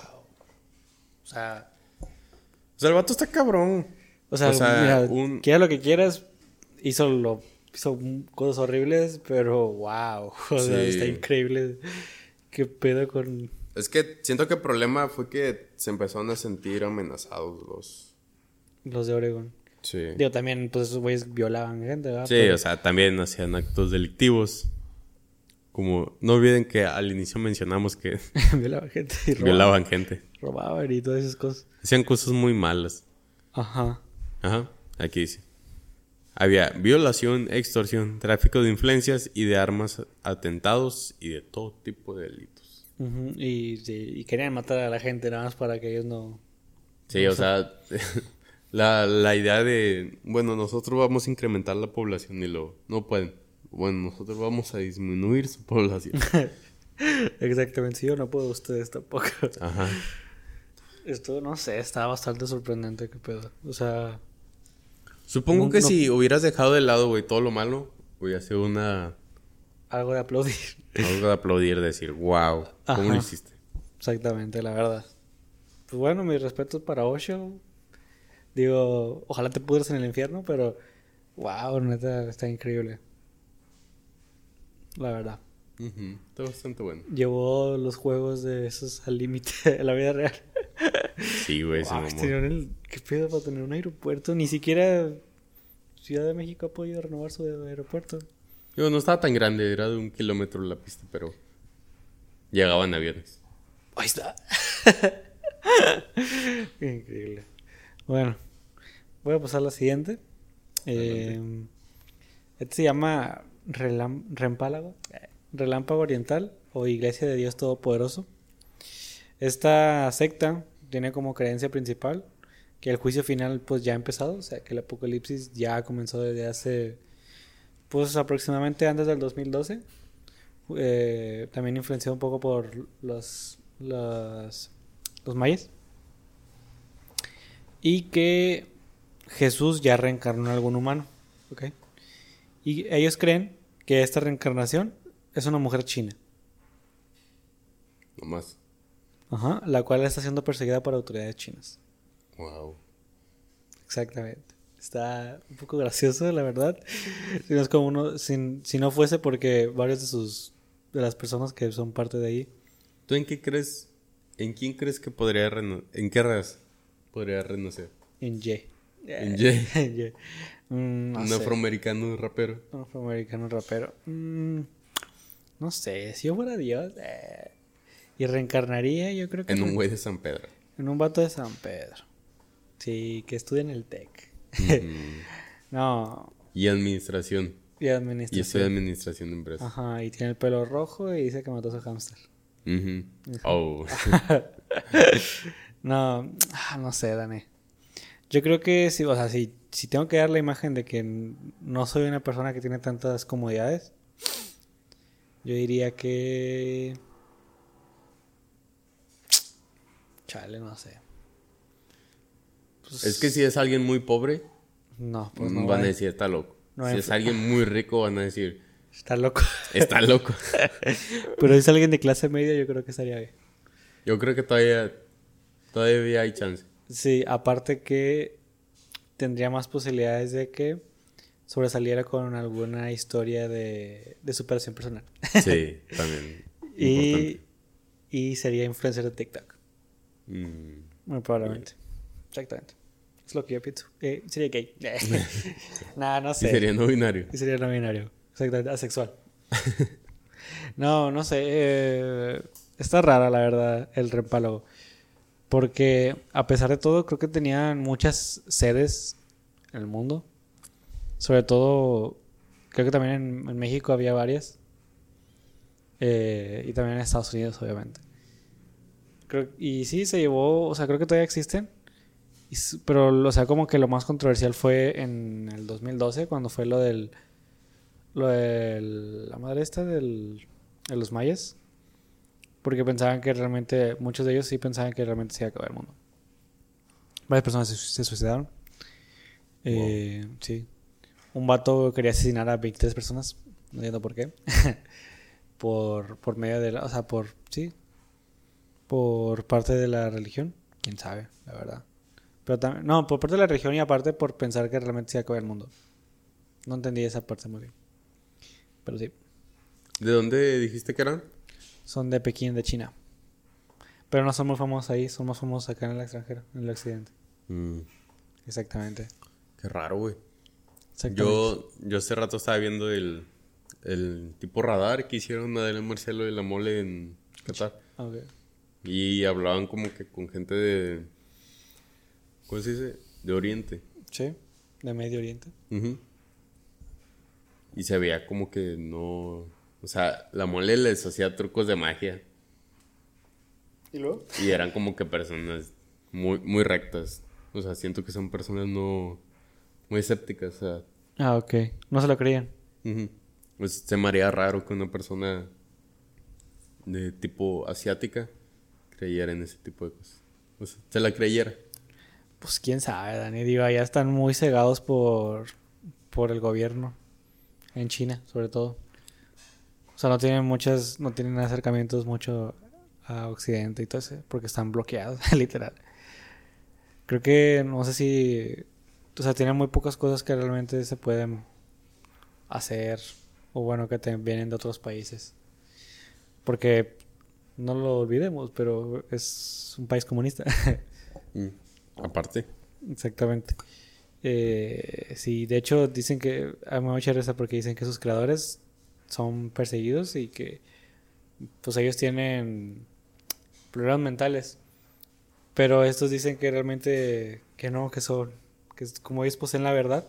O sea, O sea, el vato está cabrón. o sea, O sea, mira, un- quiera lo que quieras, hizo lo hizo cosas horribles, pero wow, o sea, Sí. está increíble. ¿Qué pedo con Es que siento que el problema fue que se empezaron a sentir amenazados los... los de Oregon? Sí. Digo, también, pues esos güeyes violaban gente, ¿verdad? Sí, Pero- o sea, también hacían actos delictivos. Como, no olviden que al inicio mencionamos que violaban gente y robaban, violaban gente. robaban y todas esas cosas. Hacían cosas muy malas. Ajá. Ajá, aquí dice. Había violación, extorsión, tráfico de influencias y de armas, atentados y de todo tipo de delitos. Ujú, y, sí, y querían matar a la gente nada más para que ellos no... Sí, o sea, la, la idea de, bueno, nosotros vamos a incrementar la población y lo no pueden. Bueno, nosotros vamos a disminuir su población. Exactamente, sí, yo no puedo, ustedes tampoco. Ajá. Esto, no sé, está bastante sorprendente, qué pedo. O sea, Supongo No- que no- si hubieras dejado de lado, güey, todo lo malo, hubiera sido una... algo de aplaudir. algo de aplaudir, decir, wow, ¿cómo lo Ajá. hiciste? Exactamente, la verdad. Pues bueno, mis respetos para Osho. Digo, ojalá te pudres en el infierno, pero wow, neta, está increíble. La verdad. Ujú, está bastante bueno. Llevó los juegos de esos al límite de la vida real. Sí, güey, se Wow, mamó. tenían el- ¿Qué pedo para tener un aeropuerto? Ni siquiera Ciudad de México ha podido renovar su aeropuerto. Digo, no estaba tan grande, era de un kilómetro la pista, pero llegaban aviones. Ahí está. Increíble. Bueno, voy a pasar a la siguiente. Eh, este se llama Relam- Rempálago, eh, Relámpago Oriental o Iglesia de Dios Todopoderoso. Esta secta tiene como creencia principal que el juicio final pues ya ha empezado, o sea que el apocalipsis ya comenzó desde hace pues aproximadamente antes del dos mil doce. Eh, también influenciado un poco por los, los, los mayas. Y que Jesús ya reencarnó en algún humano. ¿Ok? Y ellos creen que esta reencarnación es una mujer china. Nomás. Ajá, la cual está siendo perseguida por autoridades chinas. Wow. Exactamente. Está un poco gracioso, la verdad. Si no, es como uno, si, si no fuese porque varios de sus de las personas que son parte de ahí. ¿Tú en qué crees? ¿En quién crees que podría renacer? ¿En qué raza podría renacer? En Y. ¿En Y? En Y. Mm, no Un sé. afroamericano rapero. Un afroamericano rapero. Mm, no sé, si yo fuera Dios. eh, y reencarnaría, yo creo que. En un re- güey de San Pedro. En un vato de San Pedro. Sí, que estudia en el TEC. Ujú. No. Y administración. Y Y administración. estudia administración de empresas. Ajá, y tiene el pelo rojo y dice que mató a su hámster. Ujú. Oh. No, ah, no sé, Dani. Yo creo que sí, o sea, si, si tengo que dar la imagen de que n- no soy una persona que tiene tantas comodidades, yo diría que... Chale, no sé. Pues, Es que si es alguien muy pobre, no, pues no van a va- decir está loco. no si hay- es alguien muy rico, van a decir Está loco. está loco. Pero si es alguien de clase media, yo creo que estaría bien. Yo creo que todavía, todavía hay chance. Sí, aparte que tendría más posibilidades de que sobresaliera con alguna historia de, de superación personal. Sí, también. Y, Importante. y sería influencer de TikTok. Mm, Muy probablemente. Exactamente. Es lo que yo pienso. Eh, sería gay. Nada, no y sé. sería no binario. Y sería no binario. Exactamente. Asexual. No, no sé. eh, está rara, la verdad, el Rempálago. Porque, a pesar de todo, creo que tenían muchas sedes en el mundo. Sobre todo, creo que también en, en México había varias. Eh, y también en Estados Unidos, obviamente. Creo, y sí, se llevó, o sea, creo que todavía existen. Y s- pero, o sea, como que lo más controversial fue en el dos mil doce, cuando fue lo del. Lo de la madre esta del, de los mayas. Porque pensaban que realmente, muchos de ellos sí pensaban que realmente se iba a acabar el mundo. Varias personas se, se suicidaron. Eh, sí. Un vato quería asesinar a veintitrés personas. No entiendo por qué. por, por medio de la, o sea, por, sí. Por parte de la religión. Quién sabe, la verdad. Pero también, no, por parte de la religión y aparte por pensar que realmente se iba a acabar el mundo. No entendí esa parte muy bien. Pero sí. ¿De dónde dijiste que eran? Son de Pekín, de China. Pero no son muy famosos ahí, son más famosos acá en el extranjero, en el occidente. Mm, Exactamente. qué raro, güey. Exactamente. Yo, yo hace rato estaba viendo el, el tipo radar que hicieron Adela Marcelo de la Mole en Qatar. Ok. Y hablaban como que con gente de... ¿Cómo se dice? De Oriente. Sí, de Medio Oriente. Ujú. Y se veía como que no... O sea, la Mole les hacía trucos de magia. ¿Y luego? Y eran como que personas muy, muy rectas. O sea, siento que son personas no... Muy escépticas. O sea, Ah, ok. No se lo creían. ujú. Pues se me haría raro que una persona de tipo asiática creyera en ese tipo de cosas. O sea, se la creyera. Pues quién sabe, Dani. Digo, ya están muy cegados por, por el gobierno. En China, sobre todo. O sea, no tienen muchas, no tienen acercamientos mucho a Occidente y todo eso, porque están bloqueados, literal. Creo que, no sé si, o sea, tienen muy pocas cosas que realmente se pueden hacer, o bueno, que te vienen de otros países. Porque no lo olvidemos, pero es un país comunista. Mm, Aparte. Exactamente. Eh, sí, de hecho dicen que a mí me da mucha risa porque dicen que sus creadores son perseguidos y que pues ellos tienen problemas mentales. Pero estos dicen que realmente que no, que son, que es- como ellos poseen la verdad,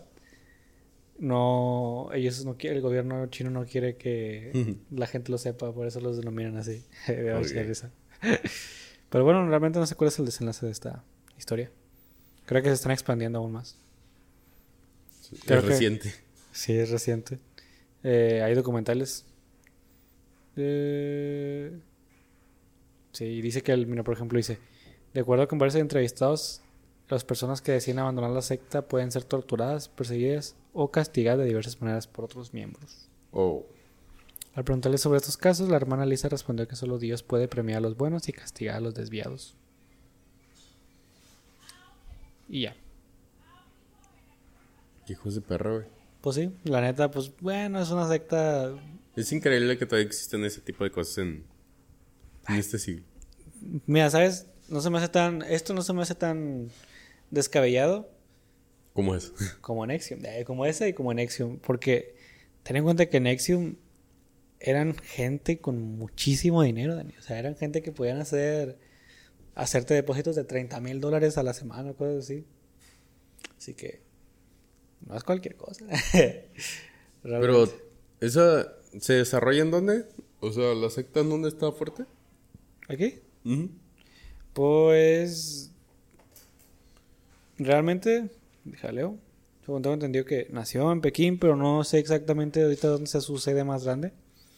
no, ellos no quieren, el gobierno chino no quiere que la gente lo sepa, por eso los denominan así. Me da mucha Ok. risa. Pero bueno, realmente no sé cuál es el desenlace de esta historia. Creo que se están expandiendo aún más. Creo es que- reciente. Sí, es reciente. Eh, hay documentales. Eh, sí, dice que, el, mira, por ejemplo, dice, de acuerdo con varios entrevistados, las personas que deciden abandonar la secta pueden ser torturadas, perseguidas o castigadas de diversas maneras por otros miembros. Oh. Al preguntarle sobre estos casos, la hermana Lisa respondió que solo Dios puede premiar a los buenos y castigar a los desviados. Y ya. Hijos de perra, güey. Pues sí, la neta, pues bueno, es una secta. Es increíble que todavía existen ese tipo de cosas en, en este siglo. Mira, ¿sabes? No se me hace tan. Esto no se me hace tan descabellado ¿Cómo es? como Nexium. eh, como ese y como Nexium. Porque ten en cuenta que Nexium eran gente con muchísimo dinero, Dani. O sea, eran gente que podían hacer. Hacerte depósitos de treinta mil dólares a la semana, cosas así. Así que. No es cualquier cosa. Pero, Realmente. ¿esa se desarrolla en dónde? O sea, ¿la secta en dónde está fuerte? ¿Aquí? Ujú. Pues. Realmente. Jaleo. Según tengo entendido que nació en Pekín, pero no sé exactamente ahorita dónde está su sede más grande.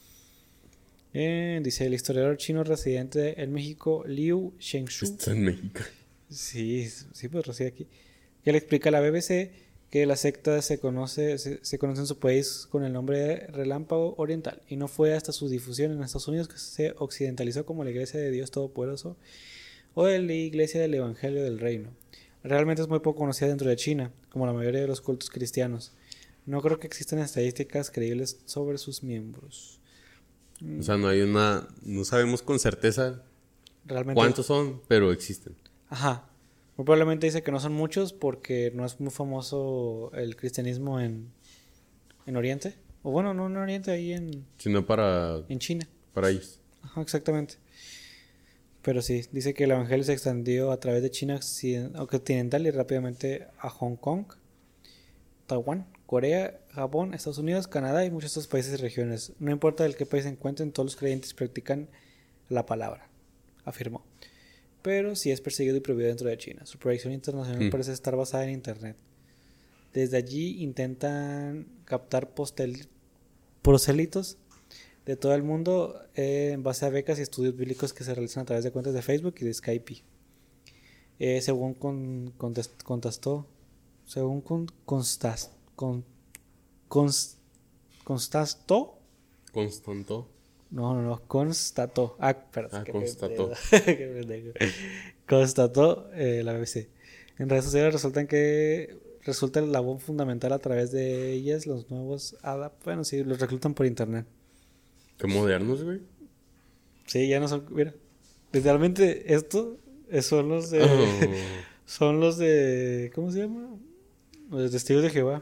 Eh, dice el historiador chino residente en México, Liu Shengshu. Está en México. Sí, sí, pues reside aquí. Que le explica a la B B C que la secta se conoce, se, se conoce en su país con el nombre de Relámpago Oriental y no fue hasta su difusión en Estados Unidos que se occidentalizó como la Iglesia de Dios Todopoderoso o de la Iglesia del Evangelio del Reino. Realmente es muy poco conocida dentro de China, como la mayoría de los cultos cristianos. No creo que existan estadísticas creíbles sobre sus miembros. O sea, no hay una... No sabemos con certeza Realmente. cuántos son, pero existen. Ajá. Muy probablemente dice que no son muchos porque no es muy famoso el cristianismo en, en Oriente. O bueno, no en Oriente, ahí en, Sino para, en China. para ellos. Ajá, exactamente. Pero sí, dice que el evangelio se extendió a través de China occiden- occidental y rápidamente a Hong Kong, Taiwán, Corea, Japón, Estados Unidos, Canadá y muchos otros países y regiones. No importa del qué país se encuentren, todos los creyentes practican la palabra, afirmó. Pero sí es perseguido y prohibido dentro de China. Su proyección internacional Mm. parece estar basada en Internet. Desde allí intentan captar postel- prosélitos de todo el mundo eh, en base a becas y estudios bíblicos que se realizan a través de cuentas de Facebook y de Skype. Eh, según con, contest- contestó, según con, constas, con, cons- constató, Constantó. no, no, no, constató. Ah, perdón. Ah, qué constató. pendejo, qué pendejo. Constató eh, la B B C. En redes sociales resultan que resulta el labor fundamental a través de ellas los nuevos adap, bueno, sí, los reclutan por internet. Qué modernos, güey. Sí, ya no son, mira, literalmente esto eh, son los de Oh. son los de ¿cómo se llama? Los testigos de Jehová.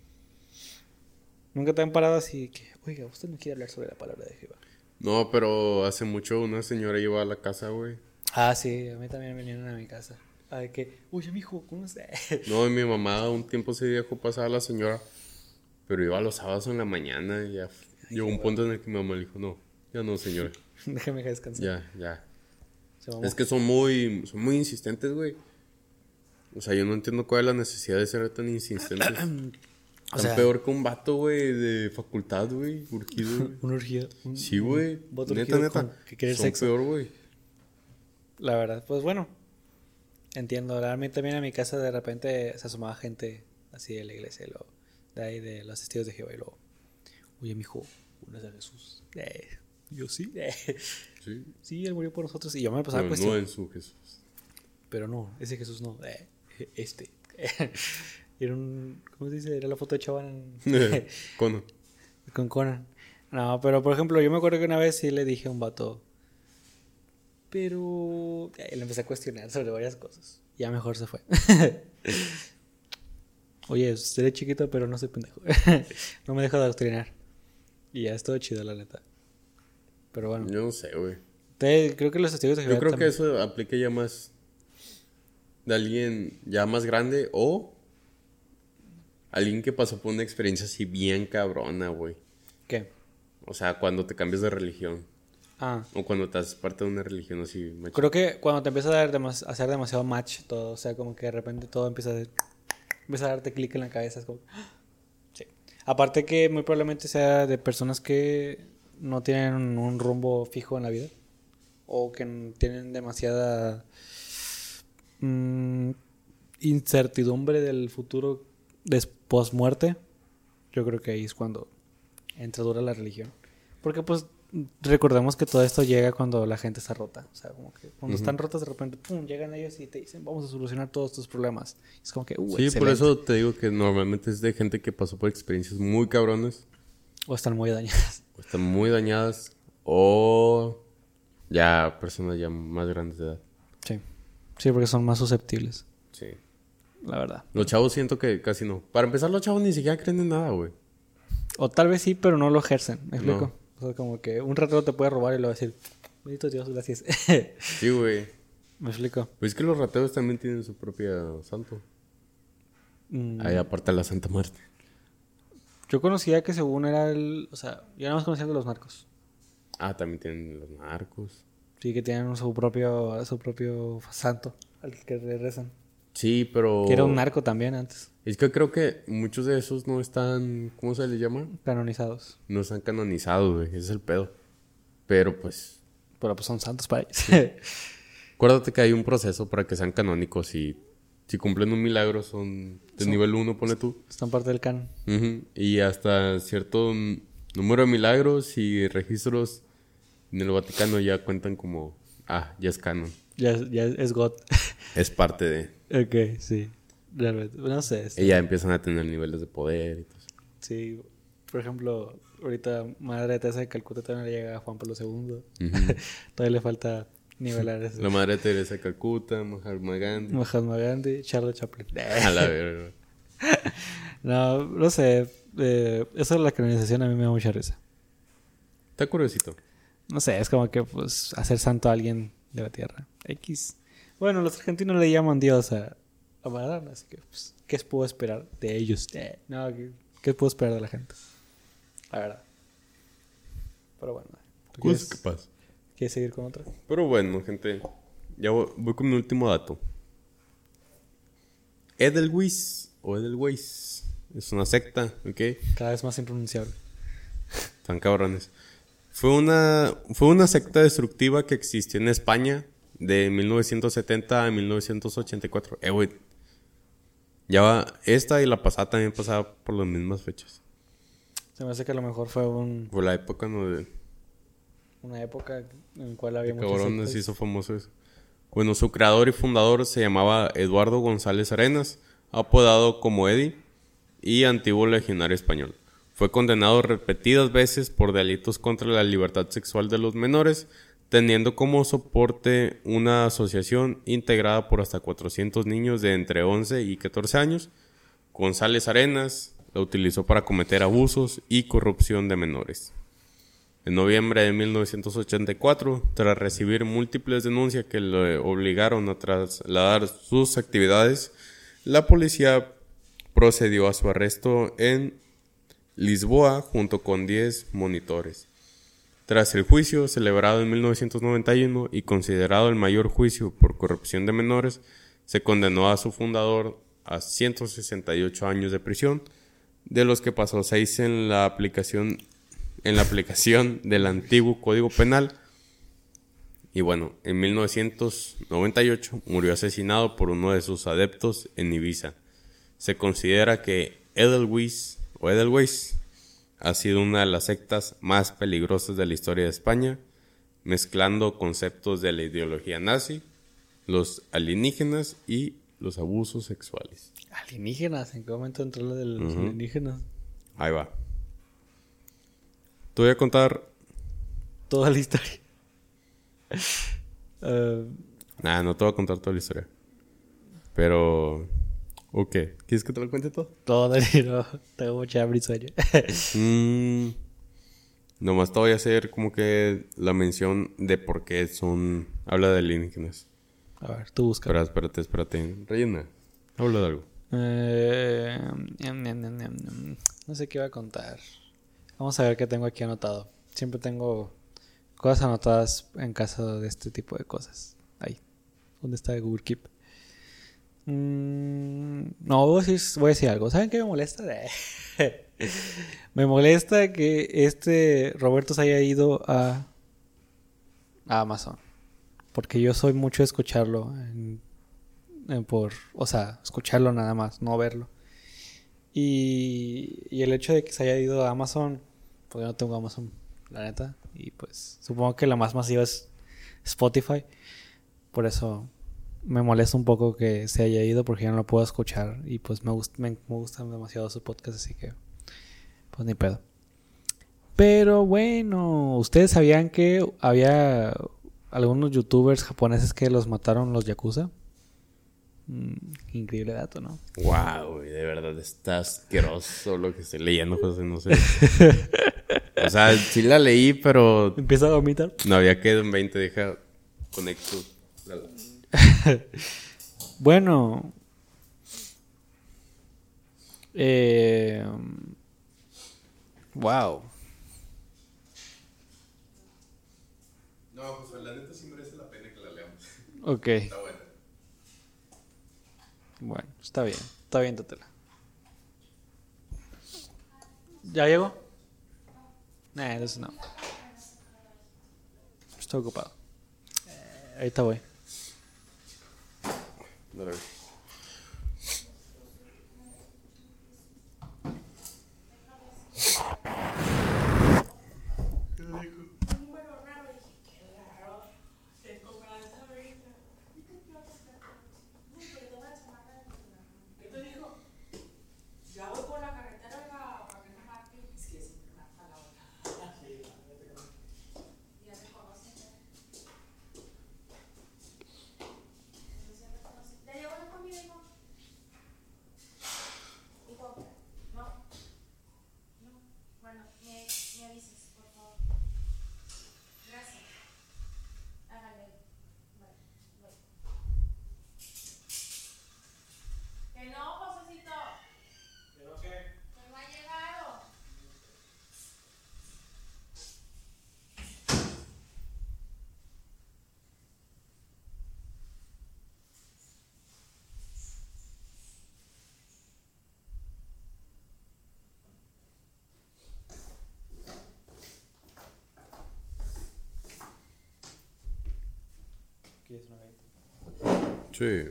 Nunca te han parado así que, oiga, usted no quiere hablar sobre la palabra de Jehová. No, pero hace mucho una señora iba a la casa, güey. Ah, sí, a mí también vinieron a mi casa. A ver que, oye, mijo, ¿cómo estás? No, y mi mamá un tiempo se dejó pasar a la señora, pero iba los sábados en la mañana y ya llegó un punto en el que mi mamá le dijo, no, ya no, señora, Déjame descansar. ya, ya. Se mamó. Es que son muy, son muy insistentes, güey. O sea, yo no entiendo cuál es la necesidad de ser tan insistentes. O Tan sea- peor que un vato, güey, de facultad, güey, urgido, güey. Una orgía. un- Sí, güey, un vato neta, urgido neta. con- que quiere Son sexo. peor, güey. La verdad, pues bueno. Entiendo. Realmente también a mi casa de repente se asomaba gente así de la iglesia. Y luego, de ahí de los testigos de Jehová. Y luego, oye, mijo, uno es a Jesús. Eh, yo sí. Eh, Sí. sí, él murió por nosotros. Y yo me pasaba Pero cuestión. no en su Jesús. Pero no, ese Jesús no. Eh, este. Era un. ¿Cómo se dice? Era la foto de Chaval en- Cono. con Conan. No, pero por ejemplo, yo me acuerdo que una vez sí le dije a un vato, pero... Y le empecé a cuestionar sobre varias cosas. Ya mejor se fue. Oye, seré chiquito, pero no soy pendejo. No me dejo de adoctrinar. Y ya es todo chido, la neta. Pero bueno. Yo no sé, güey. Te, creo que los testigos de Yo Jehová creo que también. eso aplica ya más de alguien ya más grande o alguien que pasó por una experiencia así bien cabrona, güey. ¿Qué? O sea, cuando te cambias de religión. Ah, O cuando te haces parte de una religión así, macho. creo que cuando te empieza a, dar demas- a hacer demasiado match todo, o sea, como que de repente todo empieza a, empieza a darte clic en la cabeza. Es como... Sí. Aparte que muy probablemente sea de personas que no tienen un, un rumbo fijo en la vida. O que n- tienen demasiada mm, incertidumbre del futuro después muerte. Yo creo que ahí es cuando entra dura la religión. Porque pues recordemos que todo esto llega cuando la gente está rota. O sea, como que cuando Ujú. están rotas de repente, pum, llegan ellos y te dicen, vamos a solucionar todos tus problemas. Es como que, uh, Sí, por excelente. eso te digo que normalmente es de gente que pasó por experiencias muy cabronas. O están muy dañadas. O están muy dañadas. O ya personas ya más grandes de edad. Sí. Sí, porque son más susceptibles, Sí. la verdad. Los chavos siento que casi no. Para empezar, los chavos ni siquiera creen en nada, güey. O tal vez sí, pero no lo ejercen. ¿Me explico? No. O sea, como que un ratero te puede robar y le va a decir, bendito Dios, gracias. Sí, güey. ¿Me explico? Pues es que los rateros también tienen su propia santo. Mm, Ahí aparte de la Santa Muerte. Yo conocía que según era el... O sea, yo nada más conocía el de los narcos. Ah, también tienen los narcos. Sí, que tienen su propio, su propio santo al que le rezan. Sí, pero... Que era un narco también antes, Es que creo que muchos de esos no están... ¿Cómo se les llama? canonizados. No están canonizados, güey. Ese es el pedo. Pero pues... Pero pues son santos para ellos. Acuérdate que hay un proceso para que sean canónicos y... Si cumplen un milagro son de Son- nivel uno, pone tú. Están parte del canon. Ujú. Y hasta cierto n- número de milagros y registros en el Vaticano ya cuentan como... Ah, ya es canon. Ya, ya es God. Es parte de... Ok, sí. Realmente, no sé. es- Y ya empiezan a tener niveles de poder y todo eso. Sí, por ejemplo, ahorita Madre Teresa de Calcuta todavía no le llega a Juan Pablo segundo. Ujú. Todavía le falta nivelar eso. La Madre Teresa de Calcuta, Mahatma Gandhi. Mahatma Gandhi, Charles Chaplin. A la verga. No, no sé. Eh, eso de la canonización a mí me da mucha risa. Está curiosito. No sé, es como que pues hacer santo a alguien de la tierra. X. Bueno, los argentinos le llaman Dios a, a Maradona, así que pues, ¿qué puedo esperar de ellos? Eh, no, ¿qué, qué puedo esperar de la gente? La verdad. Pero bueno, ¿tú Cosas quieres, que pasan. quieres seguir con otra? Pero bueno, gente. Ya voy, voy con mi último dato. Edelweiss o Edelweiss es una secta, ¿ok? Cada vez más impronunciable. Están cabrones. Fue una, fue una secta destructiva que existió en España de mil novecientos setenta a mil novecientos ochenta y cuatro. Eh, güey. Ya va, esta y la pasada también pasaba por las mismas fechas. Se me hace que a lo mejor fue un, Fue la época donde una época en la cual había muchas cabrones sectas. hizo famoso eso. Bueno, su creador y fundador se llamaba Eduardo González Arenas, apodado como Eddie, y antiguo legionario español. Fue condenado repetidas veces por delitos contra la libertad sexual de los menores, teniendo como soporte una asociación integrada por hasta cuatrocientos niños de entre once y catorce años. González Arenas la utilizó para cometer abusos y corrupción de menores. En noviembre de mil novecientos ochenta y cuatro, tras recibir múltiples denuncias que le obligaron a trasladar sus actividades, la policía procedió a su arresto en Lisboa junto con diez monitores. Tras el juicio celebrado en mil novecientos noventa y uno y considerado el mayor juicio por corrupción de menores, se condenó a su fundador a ciento sesenta y ocho años de prisión, de los que pasó seis en la aplicación en la aplicación del antiguo Código Penal. Y bueno, en mil novecientos noventa y ocho murió asesinado por uno de sus adeptos en Ibiza. Se considera que Edelweiss o Edelweiss ha sido una de las sectas más peligrosas de la historia de España, mezclando conceptos de la ideología nazi, los alienígenas y los abusos sexuales. Alienígenas, ¿en qué momento entró lo de los Ujú. alienígenas? Ahí va. Te voy a contar... Toda la historia. uh, Nah, no te voy a contar toda la historia. Pero... ¿O qué? ¿Quieres que te lo cuente todo? todo, no. Tengo mucha hambre y sueño. Mm, nomás te voy a hacer como que la mención de por qué son... Habla de alienígenas. A ver, tú busca. Espera, espérate, espérate. Rellena. Habla de algo. Eh, ñam, ñam, ñam, ñam, ñam. No sé qué iba a contar. Vamos a ver qué tengo aquí anotado. Siempre tengo cosas anotadas en caso de este tipo de cosas. Ahí. ¿Dónde está Google Keep? Mm, no, voy a, decir, voy a decir algo. ¿Saben qué me molesta? Me molesta que este Roberto se haya ido a, a Amazon. Porque yo soy mucho de escucharlo en, en por, o sea, escucharlo nada más, no verlo. Y, y el hecho de que se haya ido a Amazon, pues yo no tengo Amazon, la neta. Y pues supongo que la más masiva es Spotify. Por eso me molesta un poco que se haya ido porque ya no lo puedo escuchar. Y pues me, gust me, me gustan demasiado sus podcasts, así que pues ni pedo. Pero bueno, ¿ustedes sabían que había algunos youtubers japoneses que los mataron los yakuza? Mm, increíble dato, ¿no? Wow, de verdad está asqueroso lo que estoy leyendo, José, no sé. O sea, sí la leí, pero Empieza a vomitar. no había quedado en veinte. Deja, conecto. Bueno. Eh, wow. No, pues la neta sí merece la pena que la leamos. Ok. Está buena. Bueno, está bien. Está bien, Tatela. ¿Ya llegó? Nah, entonces no. Estoy ocupado. Eh, ahorita voy. Dale. ¿Quieres una galleta? Sí.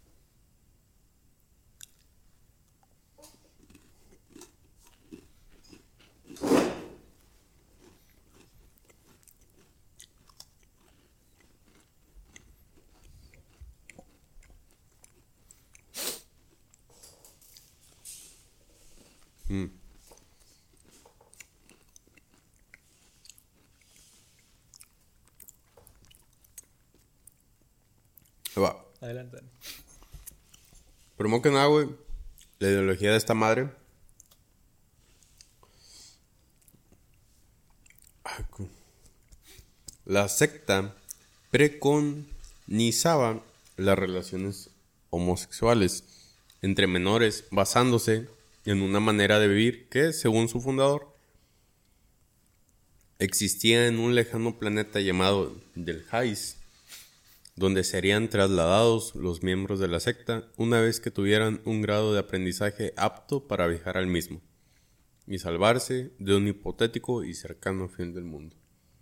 Mm. Va. Adelante. Primero que nada, güey, la ideología de esta madre. Ay, cu- La secta preconizaba las relaciones homosexuales entre menores basándose en una manera de vivir que, según su fundador, existía en un lejano planeta llamado Del Hais, donde serían trasladados los miembros de la secta una vez que tuvieran un grado de aprendizaje apto para viajar al mismo y salvarse de un hipotético y cercano fin del mundo.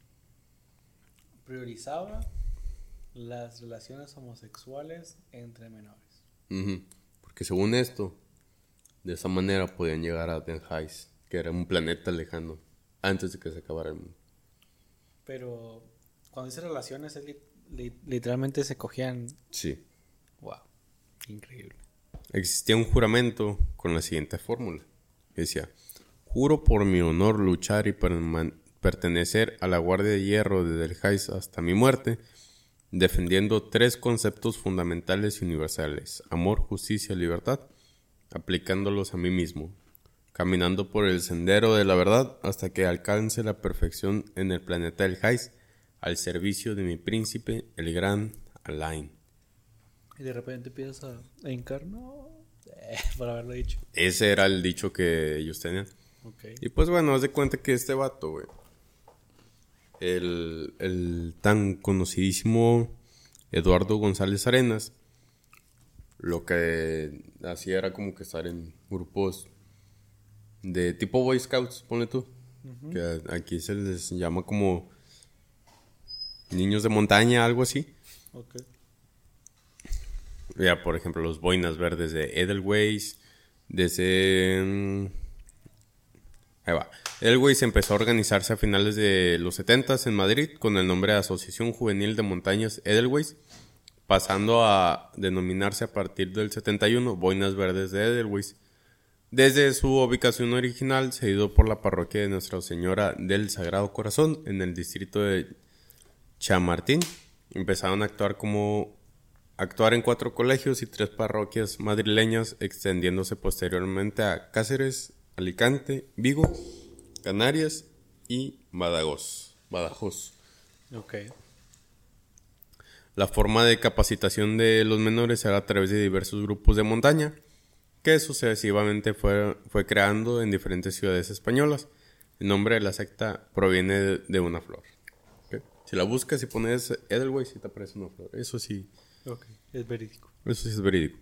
Priorizaba las relaciones homosexuales entre menores. Ujú. Porque según esto, de esa manera podían llegar a Den Hais, que era un planeta lejano, antes de que se acabara el mundo. Pero cuando dice relaciones, es li li literalmente se cogían. Sí. Wow, increíble. Existía un juramento con la siguiente fórmula. Decía: juro por mi honor luchar y perman- pertenecer a la Guardia de Hierro desde el High hasta mi muerte, defendiendo tres conceptos fundamentales y universales: amor, justicia y libertad, aplicándolos a mí mismo, caminando por el sendero de la verdad hasta que alcance la perfección en el planeta del High, al servicio de mi príncipe, el gran Alain. Y de repente empiezas a, a hincar, no, eh, por haberlo dicho. Ese era el dicho que ellos tenían. Okay. Y pues bueno, haz de cuenta que este vato, güey, el, el tan conocidísimo Eduardo González Arenas, lo que hacía era como que estar en grupos de tipo Boy Scouts, ponle tú. Uh-huh. Que aquí se les llama como niños de montaña, algo así. Okay. Ya, por ejemplo, los Boinas Verdes de Edelweiss, desde... mm, ahí va. Edelweiss empezó a organizarse a finales de los setentas en Madrid con el nombre de Asociación Juvenil de Montañas Edelweiss, pasando a denominarse a partir del setenta y uno Boinas Verdes de Edelweiss. Desde su ubicación original, cedido por la parroquia de Nuestra Señora del Sagrado Corazón en el distrito de Chamartín, empezaron a actuar como actuar en cuatro colegios y tres parroquias madrileñas, extendiéndose posteriormente a Cáceres, Alicante, Vigo, Canarias y Badajoz. Badajoz. Okay. La forma de capacitación de los menores era a través de diversos grupos de montaña, que sucesivamente fue, fue creando en diferentes ciudades españolas. El nombre de la secta proviene de, de una flor. ¿Okay? Si la buscas y pones Edelweiss, sí te aparece una flor. Eso sí. Okay. Es verídico. Eso sí es verídico.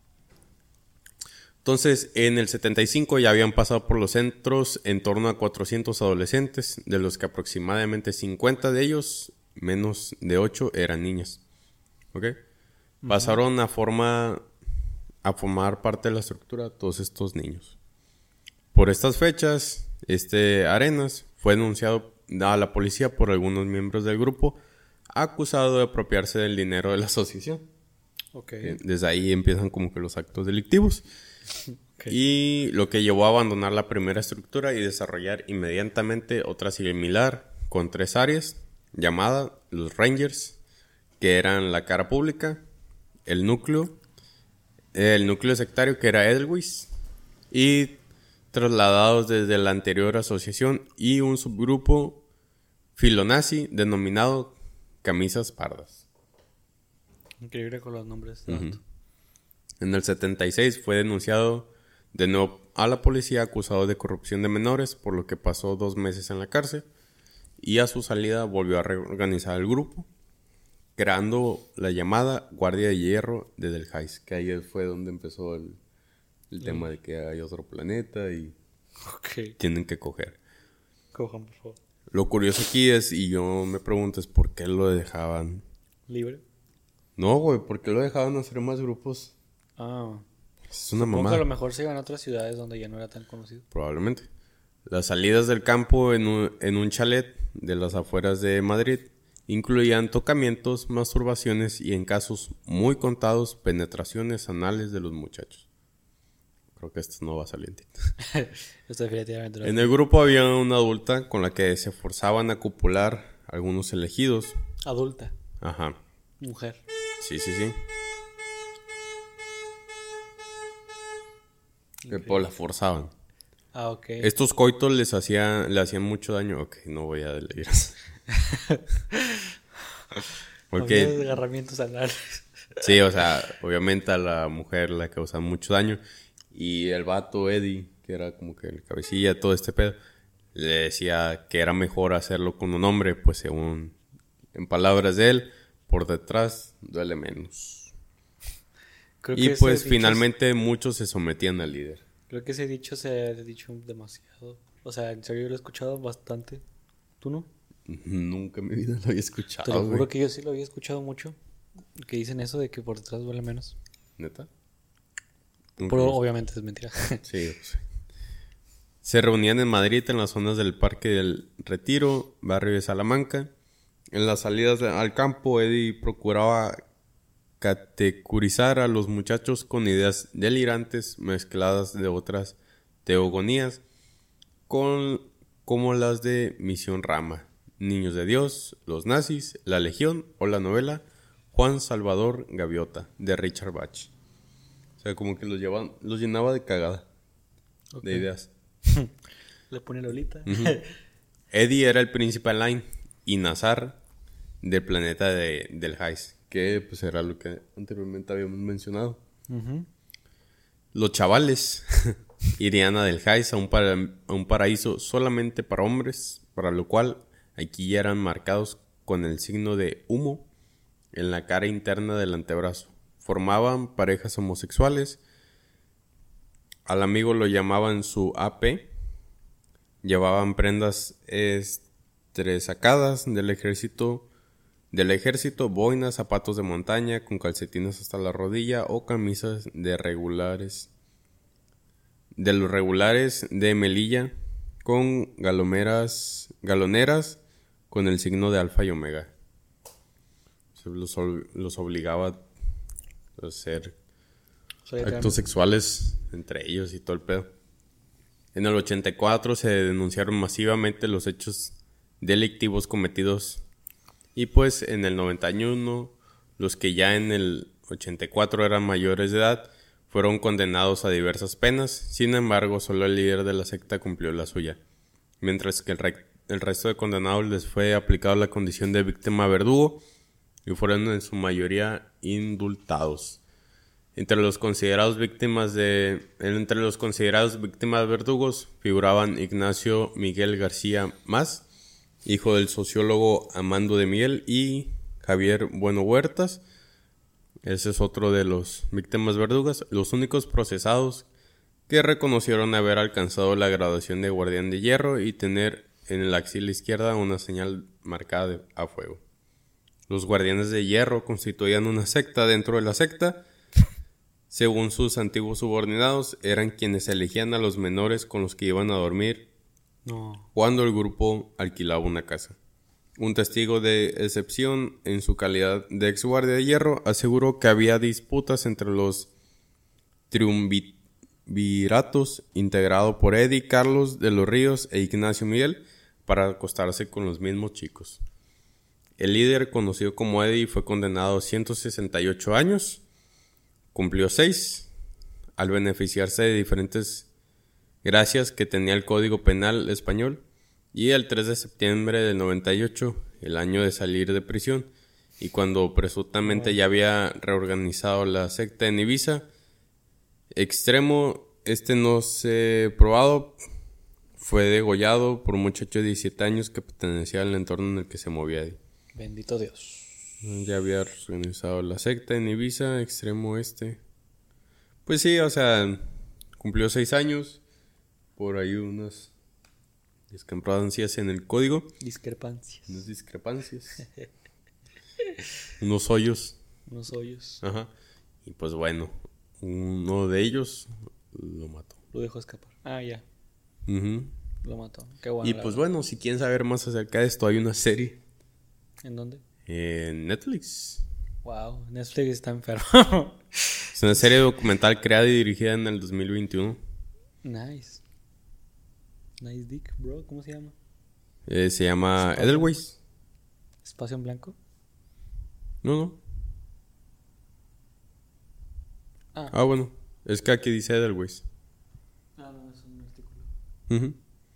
Entonces, en el setenta y cinco ya habían pasado por los centros en torno a cuatrocientos adolescentes, de los que aproximadamente cincuenta de ellos, menos de ocho, eran niñas. ¿Ok? Uh-huh. Pasaron a forma... a formar parte de la estructura todos estos niños. Por estas fechas, este Arenas fue denunciado a la policía por algunos miembros del grupo, acusado de apropiarse del dinero de la asociación. Okay. Desde ahí empiezan como que los actos delictivos. Okay. Y lo que llevó a abandonar la primera estructura y desarrollar inmediatamente otra similar con tres áreas, llamada los Rangers, que eran la cara pública, el núcleo, el núcleo sectario, que era Edelweiss, y trasladados desde la anterior asociación, y un subgrupo filonazi denominado Camisas Pardas. Increíble con los nombres. Uh-huh. En el setenta y seis fue denunciado de nuevo a la policía, acusado de corrupción de menores, por lo que pasó dos meses en la cárcel, y a su salida volvió a reorganizar el grupo, creando la llamada Guardia de Hierro de Del Hais, que ahí fue donde empezó el, el mm. tema de que hay otro planeta y okay. tienen que coger. Cojan, por favor. Lo curioso aquí es, y yo me pregunto, es por qué lo dejaban... ¿Libre? No, güey, ¿por qué lo dejaban hacer más grupos? Ah. Es una Supongo mamada. que a lo mejor se iban a otras ciudades donde ya no era tan conocido. Probablemente. Las salidas del campo en un, en un chalet de las afueras de Madrid incluían tocamientos, masturbaciones y, en casos muy contados, penetraciones anales de los muchachos. Creo que esto no va a salir en TikTok. Esto definitivamente no. En el grupo había una adulta con la que se forzaban a copular algunos elegidos. Adulta. Ajá. Mujer. Sí, sí, sí. Que pues la forzaban. Ah, ok. Estos coitos les hacían, le hacían mucho daño. Ok, no voy a leer. Porque había desgarramientos anales. Sí, o sea, obviamente a la mujer le causan mucho daño. Y el vato Eddie, que era como que el cabecilla, todo este pedo, le decía que era mejor hacerlo con un hombre, pues según, en palabras de él, por detrás duele menos. Creo y pues finalmente es... muchos se sometían al líder. Creo que ese dicho se ha dicho demasiado. O sea, en serio yo lo he escuchado bastante. ¿Tú no? Nunca en mi vida lo había escuchado. Te lo juro güey. que yo sí lo había escuchado mucho. Que dicen eso de que por detrás duele menos. ¿Neta? Pero obviamente es mentira. Sí, sí. Se reunían en Madrid en las zonas del Parque del Retiro, barrio de Salamanca. En las salidas al campo, Eddie procuraba categorizar a los muchachos con ideas delirantes mezcladas de otras teogonías, con, como las de Misión Rama, Niños de Dios, Los Nazis, La Legión o la novela Juan Salvador Gaviota de Richard Bach. O sea, como que los, llevaban, los llenaba de cagada, Okay. de ideas. Le pone Lolita. Uh-huh. Eddie era el principal line y Nazar del planeta de, del Heist, que pues era lo que anteriormente habíamos mencionado. Uh-huh. Los chavales irían a del Heist a un, para, a un paraíso solamente para hombres, para lo cual aquí ya eran marcados con el signo de humo en la cara interna del antebrazo. Formaban parejas homosexuales. Al amigo lo llamaban su A P. Llevaban prendas estresacadas del ejército, del ejército, boinas, zapatos de montaña con calcetines hasta la rodilla o camisas de regulares, de los regulares de Melilla con galomeras, galoneras con el signo de alfa y omega. Se los, los obligaba a hacer Soy actos sexuales entre ellos y todo el pedo. En el ochenta y cuatro se denunciaron masivamente los hechos delictivos cometidos y pues en el noventa y uno los que ya en el ochenta y cuatro eran mayores de edad fueron condenados a diversas penas. Sin embargo, solo el líder de la secta cumplió la suya, mientras que el, re- el resto de condenados les fue aplicado la condición de víctima verdugo y fueron en su mayoría indultados. Entre los considerados víctimas de entre los considerados víctimas verdugos figuraban Ignacio Miguel García Más, hijo del sociólogo Amando de Miguel, y Javier Bueno Huertas. Ese es otro de los víctimas verdugas, los únicos procesados que reconocieron haber alcanzado la graduación de guardián de hierro y tener en la axila izquierda una señal marcada de, a fuego. Los guardianes de hierro constituían una secta dentro de la secta. Según sus antiguos subordinados, eran quienes elegían a los menores con los que iban a dormir No. cuando el grupo alquilaba una casa. Un testigo de excepción, en su calidad de ex guardia de hierro, aseguró que había disputas entre los triunviratos integrado por Eddie Carlos de los Ríos e Ignacio Miguel para acostarse con los mismos chicos. El líder, conocido como Eddie, fue condenado a ciento sesenta y ocho años. Cumplió seis al beneficiarse de diferentes gracias que tenía el Código Penal español, y el tres de septiembre del noventa y ocho, el año de salir de prisión, y cuando presuntamente ya había reorganizado la secta en Ibiza, extremo, este no se probado, fue degollado por un muchacho de diecisiete años que pertenecía al entorno en el que se movía. Bendito Dios. Ya había organizado la secta en Ibiza, extremo este. Pues sí, o sea, cumplió seis años. Por ahí unas discrepancias en el código. Discrepancias. Unas discrepancias. Unos hoyos. Unos hoyos. Ajá. Y pues bueno, uno de ellos lo mató. Lo dejó escapar. Ah, ya. Uh-huh. Lo mató. Qué bueno. Y pues bueno, si quieren saber más acerca de esto, hay una serie ¿En dónde? en Netflix. Wow, Netflix está enfermo. Es una serie documental creada y dirigida en el dos mil veintiuno. Nice. Nice dick, bro. ¿Cómo se llama? Eh, se llama Edelweiss. ¿Espacio en blanco? No, no. Ah. Ah, bueno. Es que aquí dice Edelweiss. Ah, no, es un artículo. Uh-huh.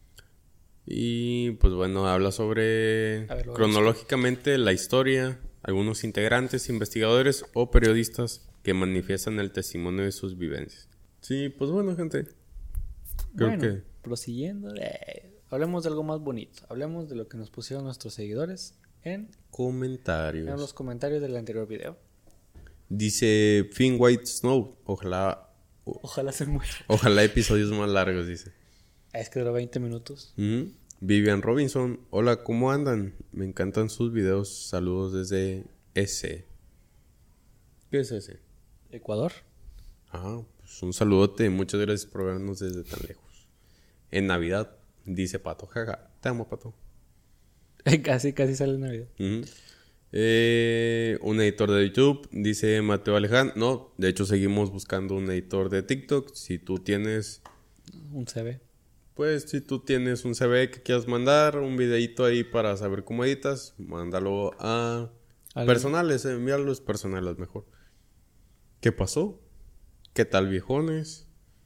Y pues bueno, habla sobre A ver, lo cronológicamente la historia, algunos integrantes, investigadores o periodistas que manifiestan el testimonio de sus vivencias. Sí, pues bueno, gente. Creo Bueno, que prosiguiendo, eh, hablemos de algo más bonito. Hablemos de lo que nos pusieron nuestros seguidores en, comentarios. en los comentarios del anterior video. Dice Finn White Snow. Ojalá, Ojalá se muera. ojalá episodios más largos, dice. Es que duró veinte minutos. Uh-huh. Vivian Robinson. Hola, ¿cómo andan? Me encantan sus videos. Saludos desde S. ¿Qué es ese? Ecuador. Ah, pues un saludote. Muchas gracias por vernos desde tan lejos. En Navidad, dice Pato. Jaja, te amo, Pato. casi, casi sale en Navidad. Uh-huh. Eh, un editor de YouTube, dice Mateo Alejandro. No, de hecho seguimos buscando un editor de TikTok. Si tú tienes Un C V. Pues si tú tienes un C V que quieras mandar, un videito ahí para saber cómo editas, mándalo a Al- personales, envíalos personales mejor. ¿Qué pasó? ¿Qué tal, viejones?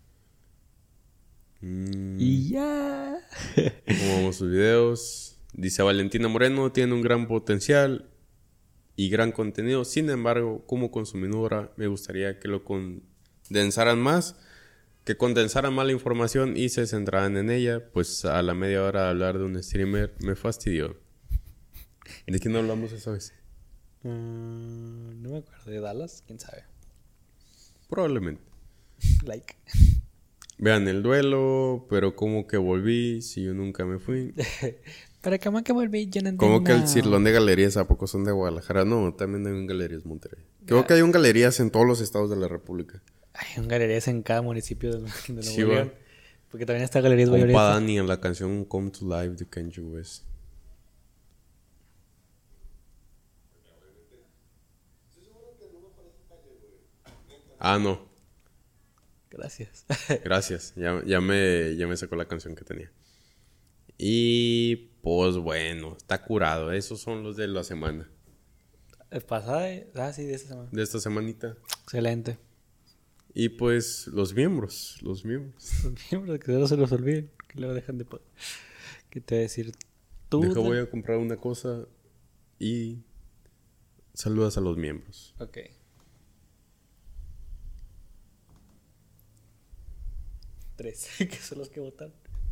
Mm, Y ya. ¿Cómo vamos sus videos? Dice Valentina Moreno, tiene un gran potencial y gran contenido. Sin embargo, como consumidora, me gustaría que lo condensaran más, que condensaran más la información y se centraran en ella. Pues a la media hora de hablar de un streamer me fastidió. ¿De quién hablamos esa vez? Mm, no me acuerdo. ¿De Dallas? ¿Quién sabe? Probablemente. Like. Vean el duelo, pero como que volví si yo nunca me fui. Pero cómo que volví, yo no Como que el entiendo. cirlón de galerías, ¿a poco son de Guadalajara? No, también hay un galerías Monterrey. Creo Ya. que hay un galerías en todos los estados de la República. Hay un galerías en cada municipio de, de Nuevo Sí, León. va. Porque también está Galerías Compa Vallarta. Dani en la canción Come to Life de Kanye West. Ah, no. Gracias. Gracias. Ya, ya, me, ya me sacó la canción que tenía. Y pues bueno, está curado. Esos son los de la semana. ¿Es pasada? eh? Ah, sí, de esta semana. De esta semanita. Excelente. Y pues los miembros. Los miembros. Los miembros que no se los olviden. Que luego dejan de... po- ¿Qué te voy a decir? Tú... Deja, te- voy a comprar una cosa. Y saludas a los miembros. Ok. Tres, que son los que votan.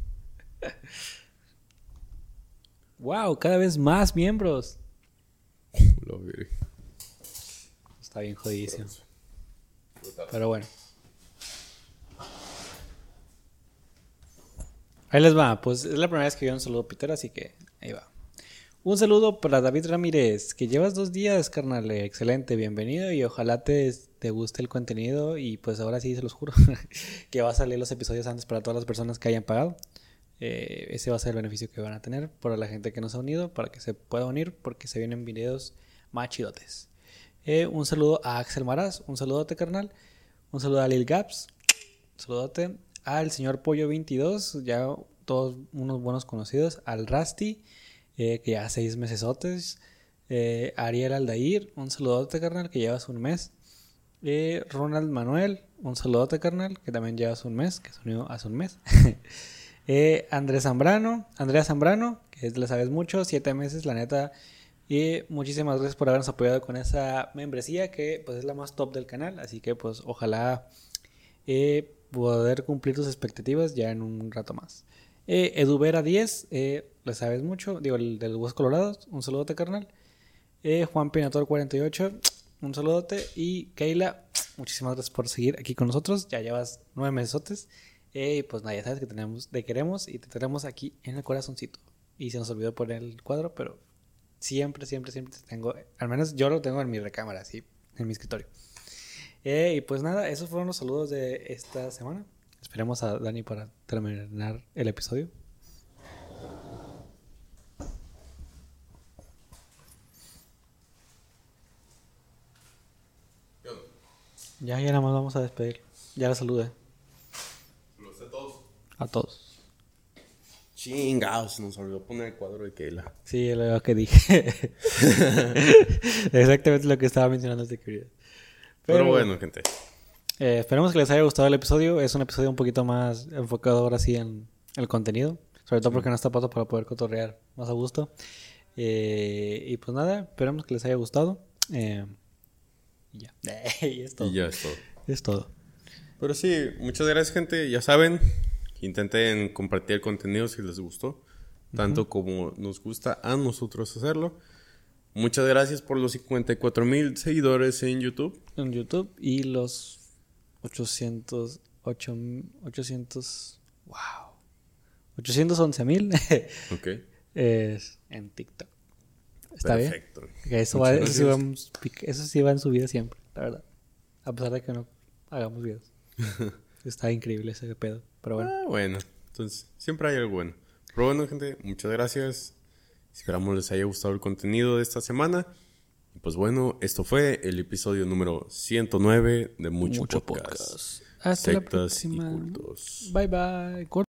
Wow, cada vez más miembros. Lo veré. Está bien jodidísimo. Pero bueno. Ahí les va. Pues es la primera vez que yo un saludo a Peter, así que ahí va. Un saludo para David Ramírez, que llevas dos días, carnal. eh, Excelente, bienvenido y ojalá te, te guste el contenido. Y pues ahora sí, se los juro, que va a salir los episodios antes para todas las personas que hayan pagado. Eh, ese va a ser el beneficio que van a tener para la gente que no se ha unido, para que se pueda unir, porque se vienen videos más chidotes. Eh, un saludo a Axel Maraz, un saludote, carnal. Un saludo a Lil Gaps, un saludote. Al señor Pollo veintidós, ya todos unos buenos conocidos. Al Rasti, eh, que ya seis mesesotes. Eh, Ariel Aldair, un saludote, carnal, que llevas un mes. Eh, Ronald Manuel, un saludote, carnal, que también llevas un mes, que se unió hace un mes. eh, Andrés Zambrano, Andrea Zambrano, que le sabes mucho, siete meses, la neta. Y muchísimas gracias por habernos apoyado con esa membresía, que pues es la más top del canal. Así que pues ojalá eh, poder cumplir tus expectativas ya en un rato más. Eh, Eduvera diez, eh, le sabes mucho, digo, el del Huesos Colorados, un saludote, carnal. Eh, Juan Pinator cuarenta y ocho, un saludote. Y Keila, muchísimas gracias por seguir aquí con nosotros. Ya llevas nueve mesesotes. Eh, y pues nada, ya sabes que tenemos, te queremos y te tenemos aquí en el corazoncito. Y se nos olvidó poner el cuadro, pero siempre, siempre, siempre te tengo, al menos yo lo tengo en mi recámara, así, en mi escritorio. Eh, y pues nada, esos fueron los saludos de esta semana. Esperemos a Dani para terminar el episodio. Ya, ya nada más vamos a despedir. Ya la saludé. Los de todos. A todos. Chingados, nos olvidó poner el cuadro de Keila. Sí, es lo que dije. Exactamente lo que estaba mencionando este querido. Pero, Pero bueno, gente. Eh, esperemos que les haya gustado el episodio. Es un episodio un poquito más enfocado ahora sí en el contenido. Sobre todo porque no está pato para poder cotorrear más a gusto. Eh, y pues nada, esperemos que les haya gustado. Eh, y ya. y es todo. Y ya es todo. Es todo. Pero sí, muchas gracias, gente. Ya saben, intenten compartir el contenido si les gustó. Tanto uh-huh. como nos gusta a nosotros hacerlo. Muchas gracias por los cincuenta y cuatro mil seguidores en YouTube. En YouTube y los ochocientos ocho, ochocientos, wow, ochocientos once mil Ok. es en TikTok. ¿Está Perfecto. bien? Que eso, va, eso, sí va, eso sí va en subida siempre, la verdad. A pesar de que no hagamos videos. Está increíble ese pedo, pero bueno. Ah, bueno, entonces siempre hay algo bueno. Pero bueno, gente, muchas gracias. Esperamos les haya gustado el contenido de esta semana. Y pues bueno, esto fue el episodio número ciento nueve de Mucho, Mucho Podcast. Podcast. Hasta Sectas la próxima. Y cultos. Bye bye.